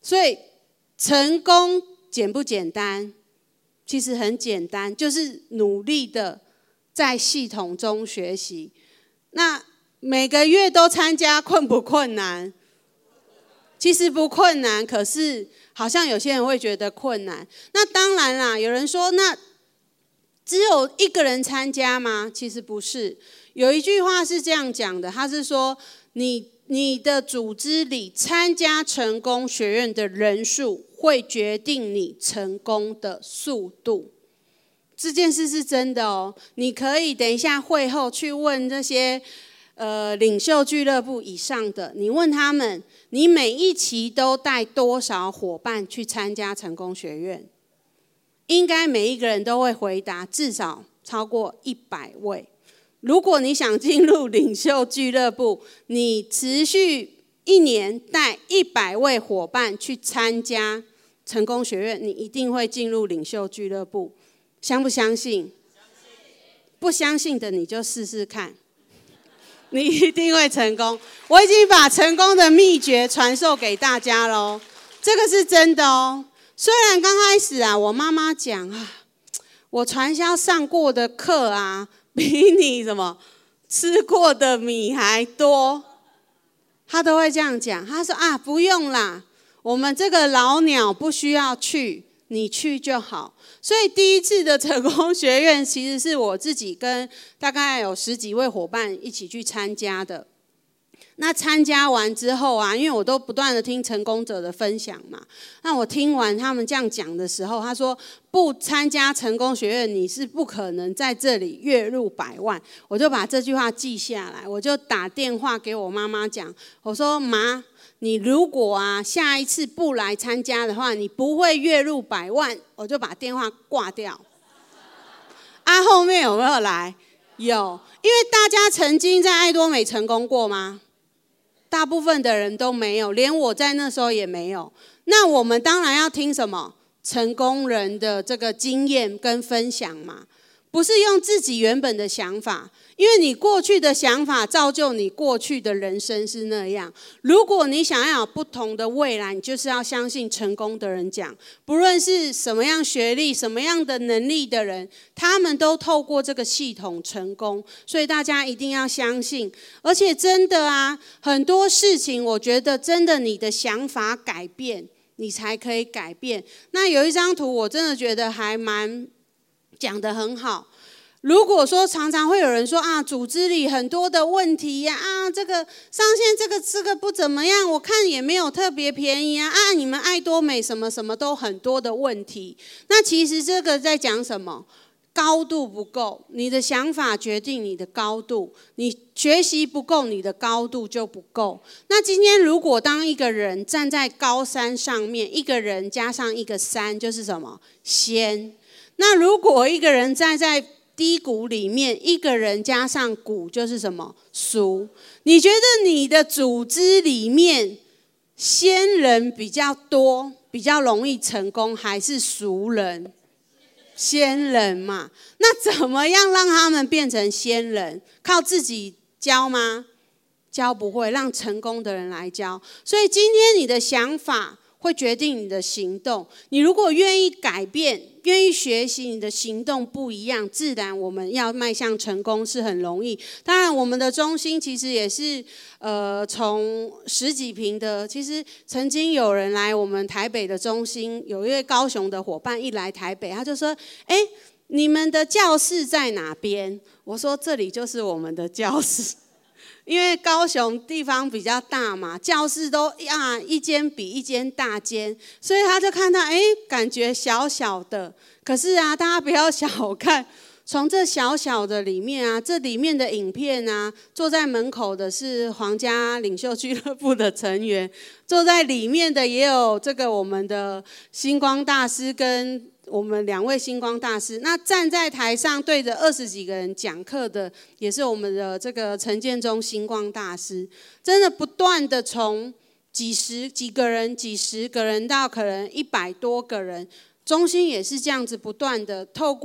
所以成功简不简单？其实很简单，就是努力的在系统中学习。那每个月都参加困不困难？其实不困难，可是好像有些人会觉得困难。那当然啦，有人说那只有一个人参加吗？其实不是。有一句话是这样讲的，他是说你的组织里参加成功学院的人数会决定你成功的速度。这件事是真的哦。你可以等一下会后去问这些领袖俱乐部以上的，你问他们，你每一期都带多少伙伴去参加成功学院？应该每一个人都会回答至少超过100位。如果你想进入领袖俱乐部，你持续1年带100位伙伴去参加成功学院，你一定会进入领袖俱乐部。相不相信？不相信的你就试试看，你一定会成功。我已经把成功的秘诀传授给大家咯，这个是真的哦。虽然刚开始啊，我妈妈讲啊，我传销上过的课啊，比你什么吃过的米还多，她都会这样讲。她说啊，不用啦，我们这个老鸟不需要去，你去就好。所以第一次的成功学院，其实是我自己跟大概有10几位伙伴一起去参加的。那参加完之后啊，因为我都不断的听成功者的分享嘛，那我听完他们这样讲的时候，他说不参加成功学院，你是不可能在这里月入100万。我就把这句话记下来，我就打电话给我妈妈讲，我说妈，你如果啊下一次不来参加的话，你不会月入100万。我就把电话挂掉。啊，后面有没有来？有，因为大家曾经在爱多美成功过吗？大部分的人都没有，连我在那时候也没有。那我们当然要听什么？成功人的这个经验跟分享嘛，不是用自己原本的想法。因为你过去的想法造就你过去的人生是那样。如果你想要有不同的未来，你就是要相信成功的人讲，不论是什么样学历、什么样的能力的人，他们都透过这个系统成功。所以大家一定要相信。而且真的啊，很多事情我觉得真的你的想法改变，你才可以改变。那有一张图我真的觉得还蛮讲得很好。如果说常常会有人说啊，组织里很多的问题呀，啊，这个上线这个不怎么样，我看也没有特别便宜啊，啊，你们爱多美什么什么都很多的问题。那其实这个在讲什么？高度不够，你的想法决定你的高度，你学习不够，你的高度就不够。那今天如果当一个人站在高山上面，一个人加上一个山就是什么？仙。那如果一个人站在低谷里面，一个人加上谷就是什么？俗。你觉得你的组织里面仙人比较多，比较容易成功，还是俗人？仙人嘛。那怎么样让他们变成仙人？靠自己教吗？教不会，让成功的人来教。所以今天你的想法会决定你的行动。你如果愿意改变，愿意学习，你的行动不一样，自然我们要迈向成功是很容易。当然我们的中心其实也是从10几坪的，其实曾经有人来我们台北的中心，有一位高雄的伙伴一来台北，他就说你们的教室在哪边？我说这里就是我们的教室。因为高雄地方比较大嘛，教室都一间比一间大间，所以他就看到感觉小小的，可是啊，大家不要小看，从这小小的里面啊，这里面的影片啊，坐在门口的是皇家领袖俱乐部的成员，坐在里面的也有这个我们的星光大师跟我们2位星光大师。那站在台上对着20几个人讲课的，也是我们的这个陈建中星光大师。真的不断的从几十个人到可能100多个人，中心也是这样子不断的透过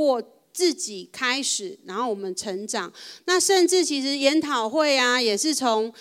自己开始，然后我们成长。那甚至其实研讨会啊，也是从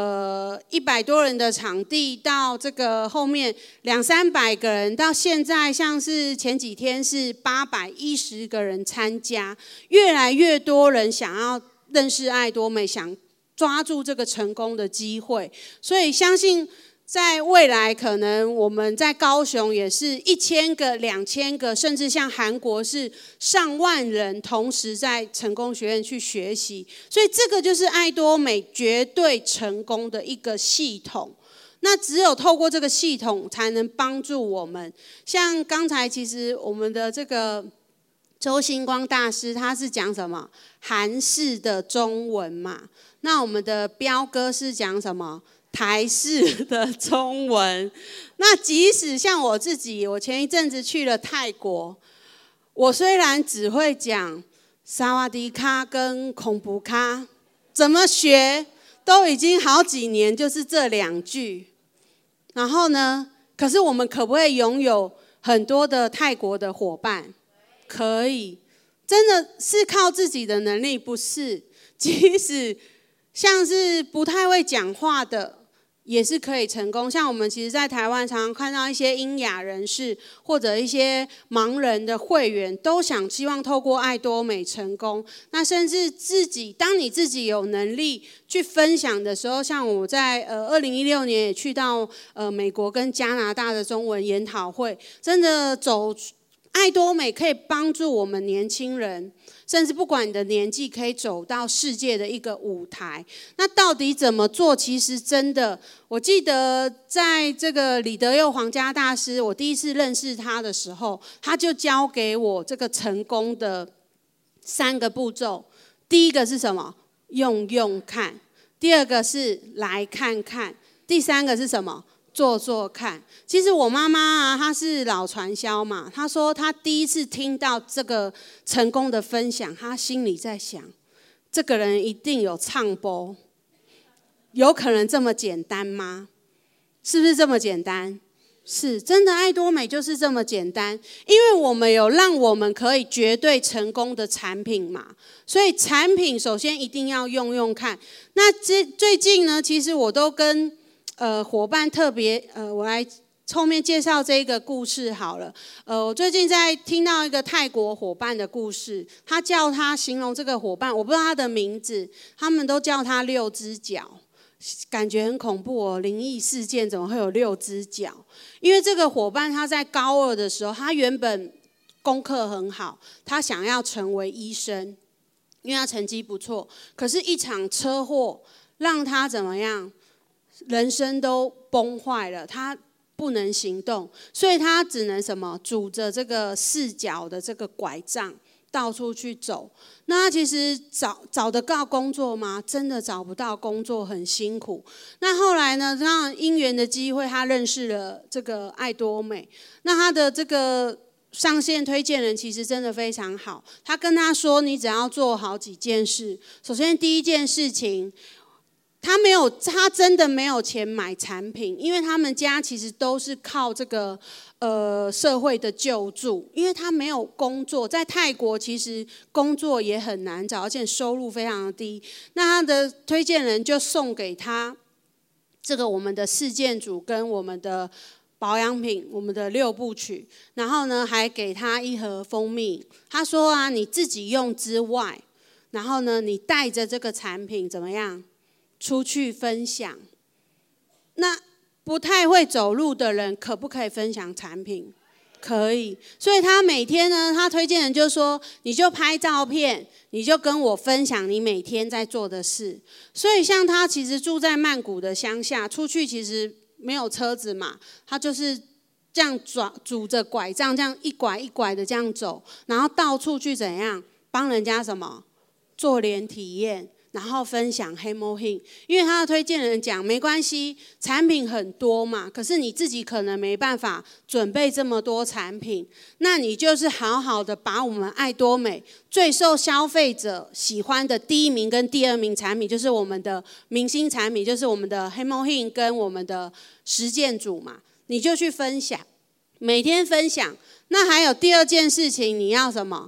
100多人的场地到这个后面200-300个人，到现在像是前几天是810个人参加，越来越多人想要认识爱多美，想抓住这个成功的机会，所以相信在未来，可能我们在高雄也是1000个、2000个，甚至像韩国是上万人同时在成功学院去学习。所以这个就是爱多美绝对成功的一个系统。那只有透过这个系统，才能帮助我们。像刚才其实我们的这个周星光大师，他是讲什么？韩式的中文嘛。那我们的彪哥是讲什么？台式的中文。那即使像我自己，我前一阵子去了泰国，我虽然只会讲萨瓦迪卡跟孔布卡，怎么学都已经好几年，就是这2句。然后呢，可是我们可不可以拥有很多的泰国的伙伴？可以，真的是靠自己的能力，不是。即使像是不太会讲话的，也是可以成功。像我们其实在台湾常常看到一些英雅人士或者一些盲人的会员，都希望透过爱多美成功。那甚至当你自己有能力去分享的时候，像我在2016年也去到美国跟加拿大的中文研讨会，真的爱多美可以帮助我们年轻人，甚至不管你的年纪，可以走到世界的一个舞台。那到底怎么做？其实真的，我记得在这个李德佑皇家大师，我第一次认识他的时候，他就教给我这个成功的3个步骤。第一个是什么？用看。第2个是来看看。第3个是什么？做看。其实我妈妈啊，她是老传销嘛，她说她第一次听到这个成功的分享，她心里在想，这个人一定有唱播，有可能这么简单吗？是不是这么简单？是，真的爱多美就是这么简单，因为我们有让我们可以绝对成功的产品嘛，所以产品首先一定要用看。那最近呢，其实我都跟伙伴特别我来后面介绍这个故事好了。我最近在听到一个泰国伙伴的故事，他形容这个伙伴，我不知道他的名字，他们都叫他6只脚，感觉很恐怖哦，灵异事件怎么会有6只脚？因为这个伙伴他在高2的时候，他原本功课很好，他想要成为医生，因为他成绩不错，可是一场车祸让他怎么样？人生都崩坏了，他不能行动，所以他只能什么？拄着这个4脚的这个拐杖到处去走。那他其实找得到工作吗？真的找不到工作，很辛苦。那后来呢？让因缘的机会，他认识了这个爱多美。那他的这个上线推荐人其实真的非常好，他跟他说：“你只要做好几件事。首先第一件事情。”他真的没有钱买产品，因为他们家其实都是靠这个社会的救助，因为他没有工作，在泰国其实工作也很难找，而且收入非常的低。那他的推荐人就送给他这个我们的4件组跟我们的保养品，我们的6部曲，然后呢还给他1盒蜂蜜。他说啊，你自己用之外，然后呢你带着这个产品怎么样？出去分享。那不太会走路的人可不可以分享产品？可以。所以他每天呢，他推荐人就说，你就拍照片，你就跟我分享你每天在做的事。所以像他其实住在曼谷的乡下，出去其实没有车子嘛，他就是这样拄着拐杖，这样一拐一拐的这样走，然后到处去怎样帮人家什么做脸体验。然后分享 Hemohin， 因为他的推荐人讲没关系，产品很多嘛，可是你自己可能没办法准备这么多产品，那你就是好好的把我们爱多美最受消费者喜欢的第1名跟第2名产品，就是我们的明星产品，就是我们的 Hemohin 跟我们的10件组嘛，你就去分享，每天分享。那还有第2件事情，你要什么？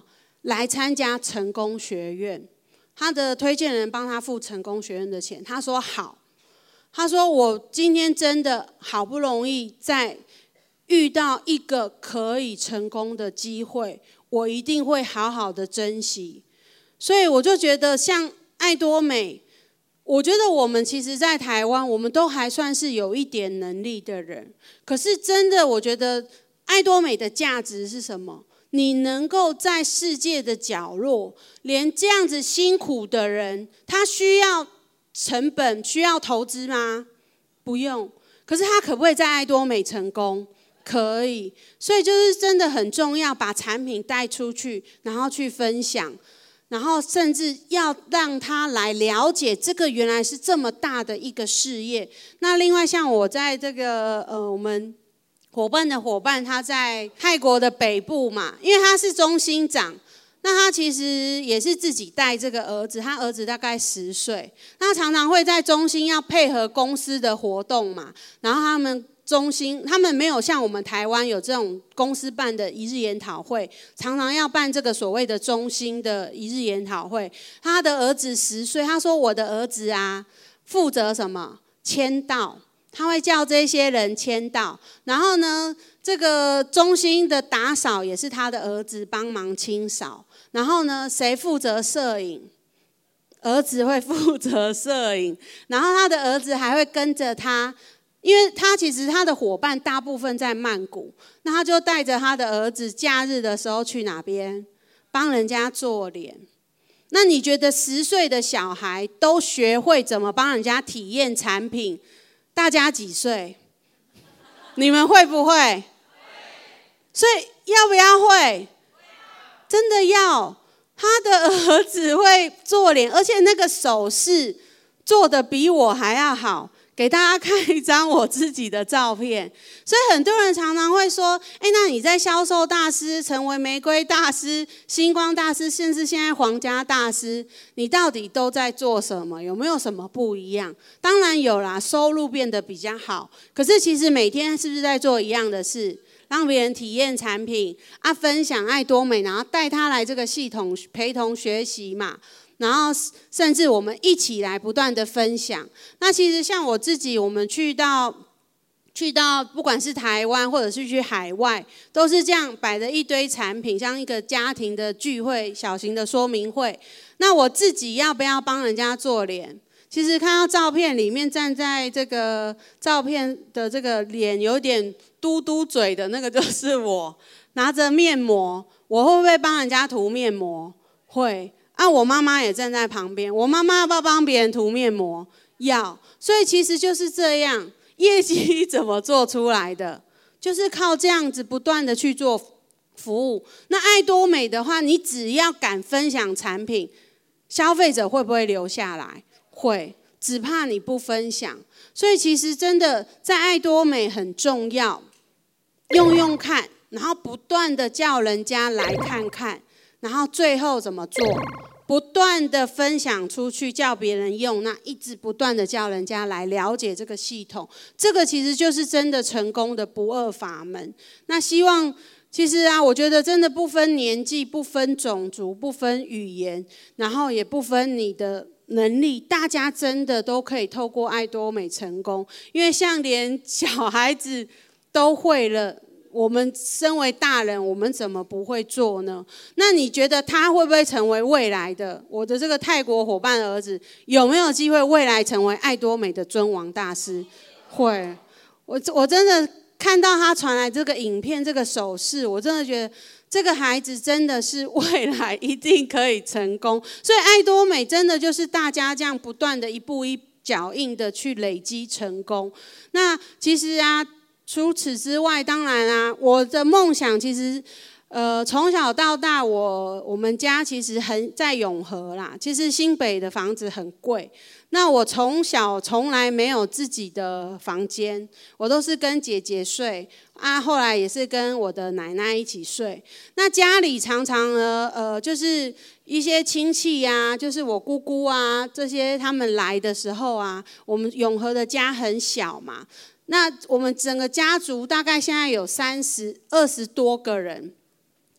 来参加成功学院。他的推荐人帮他付成功学院的钱，他说好。他说我今天真的好不容易在遇到一个可以成功的机会，我一定会好好的珍惜。所以我就觉得像爱多美，我觉得我们其实在台湾，我们都还算是有一点能力的人。可是真的，我觉得爱多美的价值是什么？你能够在世界的角落，连这样子辛苦的人，他需要成本、需要投资吗？不用。可是他可不可以在爱多美成功？可以。所以就是真的很重要，把产品带出去，然后去分享。然后甚至要让他来了解这个原来是这么大的一个事业。那另外像我在这个我们伙伴他在泰国的北部嘛，因为他是中心长，那他其实也是自己带这个儿子，他儿子大概10岁，那常常会在中心要配合公司的活动嘛，然后他们没有像我们台湾有这种公司办的一日研讨会，常常要办这个所谓的中心的一日研讨会。他的儿子10岁，他说我的儿子啊，负责什么？签到，他会叫这些人签到。然后呢，这个中心的打扫也是他的儿子帮忙清扫。然后呢，谁负责摄影？儿子会负责摄影。然后他的儿子还会跟着他。因为其实他的伙伴大部分在曼谷，那他就带着他的儿子假日的时候去哪边帮人家做脸。那你觉得10岁的小孩都学会怎么帮人家体验产品，大家几岁？你们会不会？所以要不要会？真的要。他的儿子会做脸，而且那个手势做得比我还要好。给大家看一张我自己的照片。所以很多人常常会说，那你在销售大师、成为玫瑰大师、星光大师，甚至现在皇家大师，你到底都在做什么？有没有什么不一样？当然有啦，收入变得比较好。可是其实每天是不是在做一样的事？让别人体验产品啊，分享爱多美，然后带他来这个系统陪同学习嘛。然后甚至我们一起来不断的分享。那其实像我自己，我们去到不管是台湾或者是去海外，都是这样摆着一堆产品，像一个家庭的聚会、小型的说明会。那我自己要不要帮人家做脸？其实看到照片里面站在这个照片的这个脸有点嘟嘟嘴的那个就是我，拿着面膜，我会不会帮人家涂面膜？会。我妈妈也站在旁边，我妈妈要不要帮别人涂面膜？要。所以其实就是这样，业绩怎么做出来的？就是靠这样子不断的去做服务。那爱多美的话，你只要敢分享产品，消费者会不会留下来？会，只怕你不分享。所以其实真的在爱多美很重要，用看，然后不断的叫人家来看看，然后最后怎么做？不断的分享出去，叫别人用，那一直不断的叫人家来了解这个系统，这个其实就是真的成功的不二法门。那希望其实我觉得真的不分年纪、不分种族、不分语言，然后也不分你的能力，大家真的都可以透过爱多美成功。因为像连小孩子都会了，我们身为大人，我们怎么不会做呢？那你觉得他会不会成为未来的我的这个泰国伙伴的儿子？有没有机会未来成为爱多美的尊王大师？会。我真的看到他传来这个影片，这个手势，我真的觉得这个孩子真的是未来一定可以成功。所以爱多美真的就是大家这样不断的一步一脚印的去累积成功。那其实除此之外，当然我的梦想其实，从小到大，我们家其实很在永和啦。其实新北的房子很贵，那我从小从来没有自己的房间，我都是跟姐姐睡后来也是跟我的奶奶一起睡。那家里常常呢，就是一些亲戚就是我姑姑这些他们来的时候我们永和的家很小嘛。那我们整个家族大概现在有20多个人，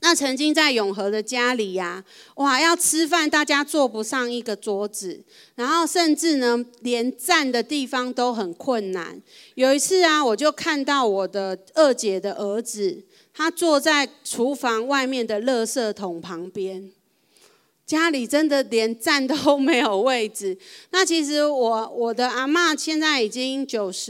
那曾经在永和的家里呀，哇，要吃饭大家坐不上一个桌子，然后甚至呢连站的地方都很困难。有一次啊，我就看到我的二姐的儿子，他坐在厨房外面的垃圾桶旁边，家里真的连站都没有位置。那其实我的阿嬷现在已经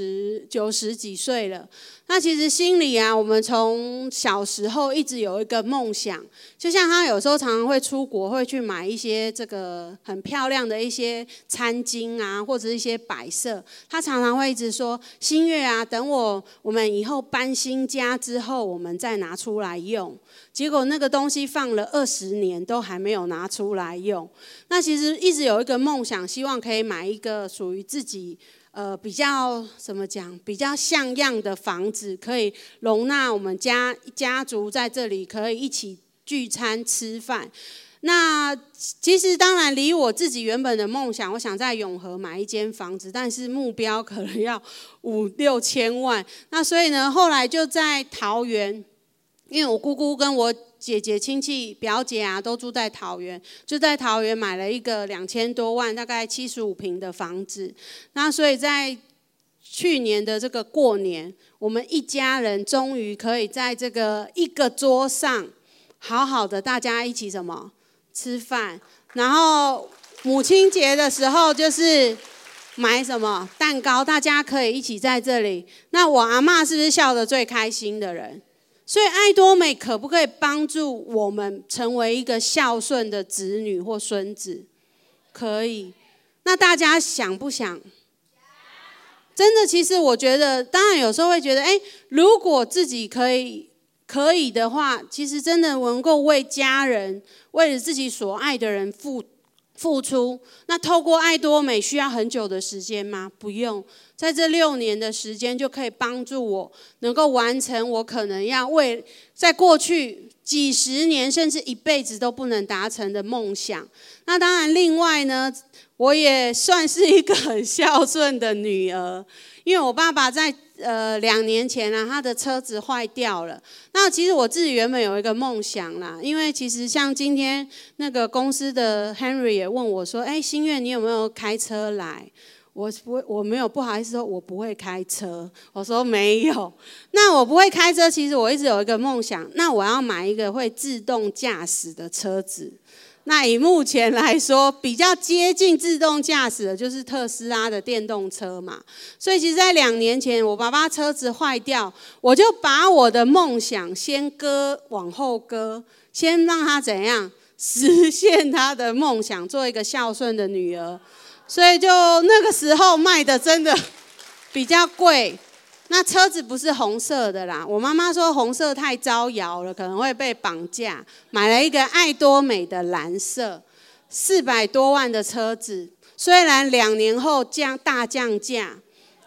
90几岁了。那其实心里啊，我们从小时候一直有一个梦想，就像他有时候常常会出国，会去买一些这个很漂亮的一些餐巾啊，或者一些摆设。他常常会一直说：“新月啊，等我们以后搬新家之后，我们再拿出来用。”结果那个东西放了20年都还没有拿出来用。那其实一直有一个梦想，希望可以买一个属于自己。比较怎么讲？比较像样的房子，可以容纳我们家族在这里可以一起聚餐吃饭。那其实当然离我自己原本的梦想，我想在永和买一间房子，但是目标可能要5-6千万。那所以呢，后来就在桃园，因为我姑姑跟我姐姐亲戚表姐啊都住在桃园，就在桃园买了一个2000多万，大概75坪的房子。那所以在去年的这个过年，我们一家人终于可以在这个一个桌上，好好的大家一起什么吃饭。然后母亲节的时候就是买什么蛋糕，大家可以一起在这里。那我阿嬷是不是笑得最开心的人？所以爱多美可不可以帮助我们成为一个孝顺的子女或孙子？可以。那大家想不想？真的，其实我觉得，当然有时候会觉得，如果自己可以的话，其实真的能够为家人，为了自己所爱的人付出。那透过爱多美需要很久的时间吗？不用。在这6年的时间，就可以帮助我能够完成我可能要在过去几十年甚至一辈子都不能达成的梦想。那当然，另外呢，我也算是一个很孝顺的女儿，因为我爸爸在2年前啊，他的车子坏掉了。那其实我自己原本有一个梦想啦，因为其实像今天那个公司的 Henry 也问我说：“新月，你有没有开车来？”我没有，不好意思说，我不会开车。我说没有。那我不会开车，其实我一直有一个梦想，那我要买一个会自动驾驶的车子。那以目前来说，比较接近自动驾驶的就是特斯拉的电动车嘛。所以其实在2年前，我爸爸车子坏掉，我就把我的梦想先往后搁，先让他怎样实现他的梦想，做一个孝顺的女儿。所以就那个时候卖的真的比较贵。那车子不是红色的啦，我妈妈说红色太招摇了，可能会被绑架，买了一个爱多美的蓝色，400多万的车子。虽然2年后大降价，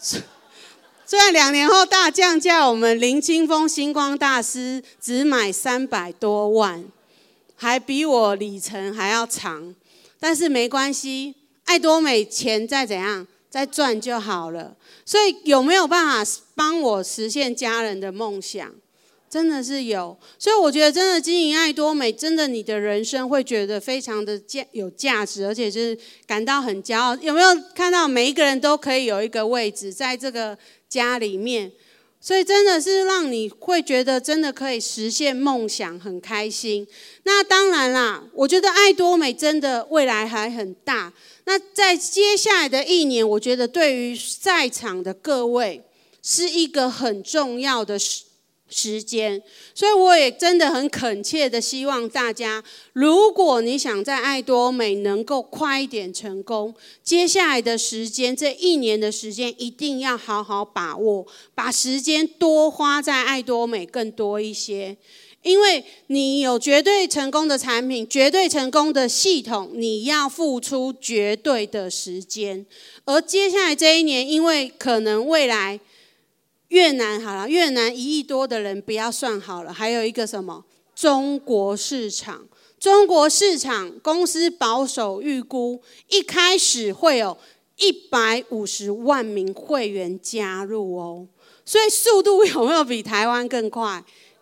我们林清风星光大师只买300多万，还比我里程还要长。但是没关系，爱多美钱再怎样再赚就好了。所以有没有办法帮我实现家人的梦想？真的是有。所以我觉得真的经营爱多美，真的你的人生会觉得非常的有价值，而且就是感到很骄傲。有没有看到每一个人都可以有一个位置在这个家里面？所以真的是让你会觉得真的可以实现梦想，很开心。那当然啦，我觉得爱多美真的未来还很大。那在接下来的1年，我觉得对于在场的各位是一个很重要的时间。所以我也真的很恳切的希望大家，如果你想在爱多美能够快一点成功，接下来的时间，这1年的时间一定要好好把握，把时间多花在爱多美更多一些。因为你有绝对成功的产品，绝对成功的系统，你要付出绝对的时间。而接下来这1年，因为可能未来越南好了，越南1亿多的人不要算好了，还有一个什么中国市场。中国市场公司保守预估，一开始会有150万名会员加入哦。所以速度有没有比台湾更快？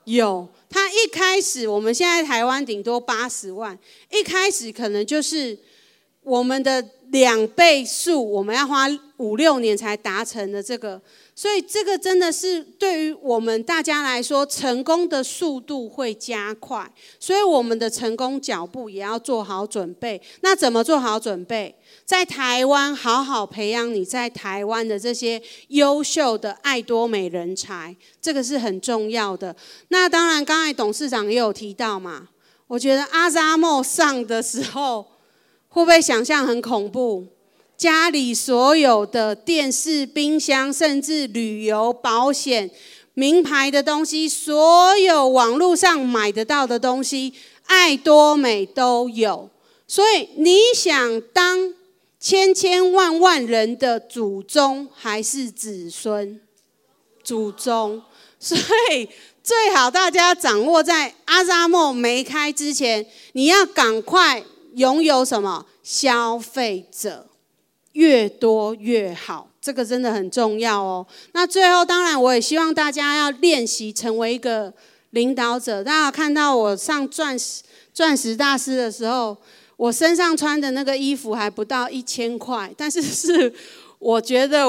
有。他一开始，我们现在台湾顶多80万，一开始可能就是我们的2倍数，我们要花5、6年才达成的这个，所以这个真的是对于我们大家来说，成功的速度会加快，所以我们的成功脚步也要做好准备。那怎么做好准备？在台湾好好培养你在台湾的这些优秀的爱多美人才，这个是很重要的。那当然，刚才董事长也有提到嘛，我觉得阿扎莫上的时候，会不会想象很恐怖？家里所有的电视、冰箱，甚至旅游、保险、名牌的东西，所有网络上买得到的东西，爱多美都有。所以你想当千万人的祖宗还是子孙？祖宗。所以最好大家掌握在阿扎莫没开之前，你要赶快拥有什么？消费者，越多越好，这个真的很重要哦。那最后当然我也希望大家要练习成为一个领导者。大家看到我上钻石大师的时候，我身上穿的那个衣服还不到1000块，但是我觉得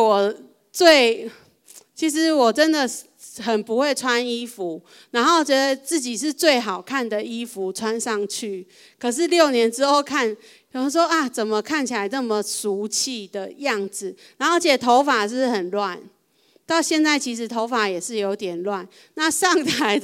其实我真的很不会穿衣服，然后觉得自己是最好看的衣服穿上去，可是6年之后看，有人说啊，怎么看起来这么俗气的样子？然后而且头发是很乱，到现在其实头发也是有点乱。那上台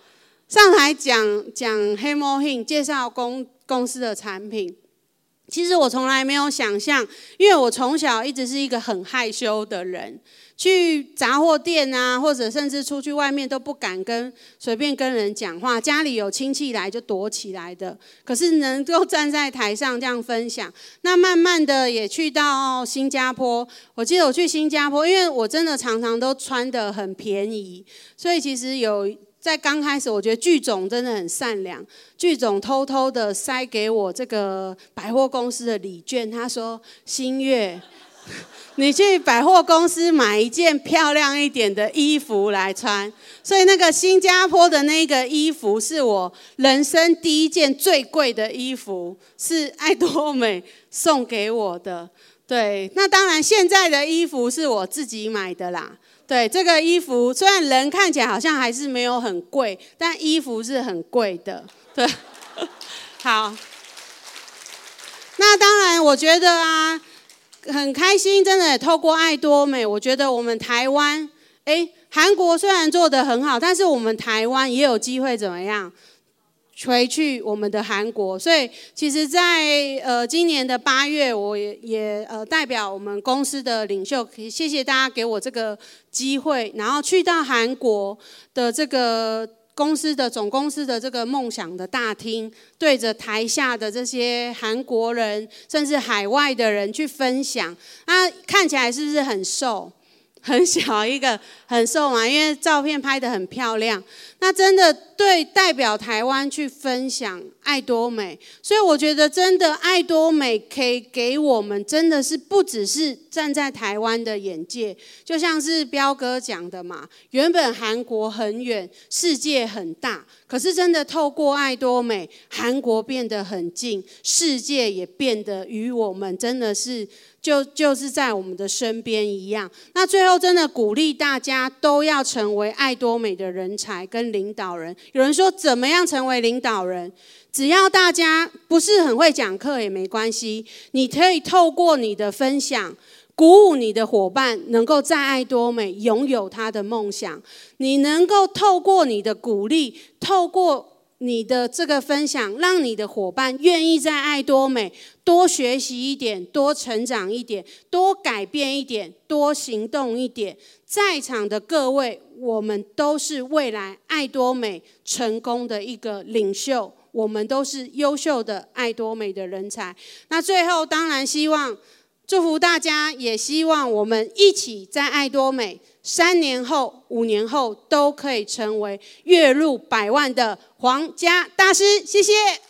讲黑魔镜，介绍公司的产品。其实我从来没有想象，因为我从小一直是一个很害羞的人，去杂货店啊，或者甚至出去外面都不敢随便跟人讲话，家里有亲戚来就躲起来的。可是能够站在台上这样分享，那慢慢的也去到新加坡。我记得我去新加坡，因为我真的常常都穿得很便宜，所以其实在刚开始，我觉得剧总真的很善良。剧总偷偷的塞给我这个百货公司的礼券，他说：“新月，你去百货公司买一件漂亮一点的衣服来穿。”所以那个新加坡的那个衣服是我人生第一件最贵的衣服，是爱多美送给我的。对，那当然现在的衣服是我自己买的啦。对，这个衣服虽然人看起来好像还是没有很贵，但衣服是很贵的。对，好。那当然，我觉得啊，很开心，真的也透过爱多美，我觉得我们台湾，韩国虽然做得很好，但是我们台湾也有机会怎么样？回去我们的韩国。所以其实在今年的8月，我也代表我们公司的领袖，谢谢大家给我这个机会，然后去到韩国的这个总公司的这个梦想的大厅，对着台下的这些韩国人甚至海外的人去分享。看起来是不是很瘦？很小一个，很瘦嘛，因为照片拍得很漂亮。那真的对代表台湾去分享爱多美，所以我觉得真的爱多美可以给我们真的是不只是站在台湾的眼界，就像是彪哥讲的嘛，原本韩国很远，世界很大，可是真的透过爱多美，韩国变得很近，世界也变得与我们真的是就是在我们的身边一样。那最后真的鼓励大家都要成为爱多美的人才跟领导人。有人说怎么样成为领导人？只要大家不是很会讲课也没关系，你可以透过你的分享鼓舞你的伙伴能够在爱多美拥有他的梦想。你能够透过你的鼓励，透过你的这个分享，让你的伙伴愿意在爱多美多学习一点，多成长一点，多改变一点，多行动一点。在场的各位，我们都是未来爱多美成功的一个领袖，我们都是优秀的爱多美的人才。那最后当然希望祝福大家，也希望我们一起在爱多美3年后、5年后都可以成为月入100万的皇家大师。谢谢。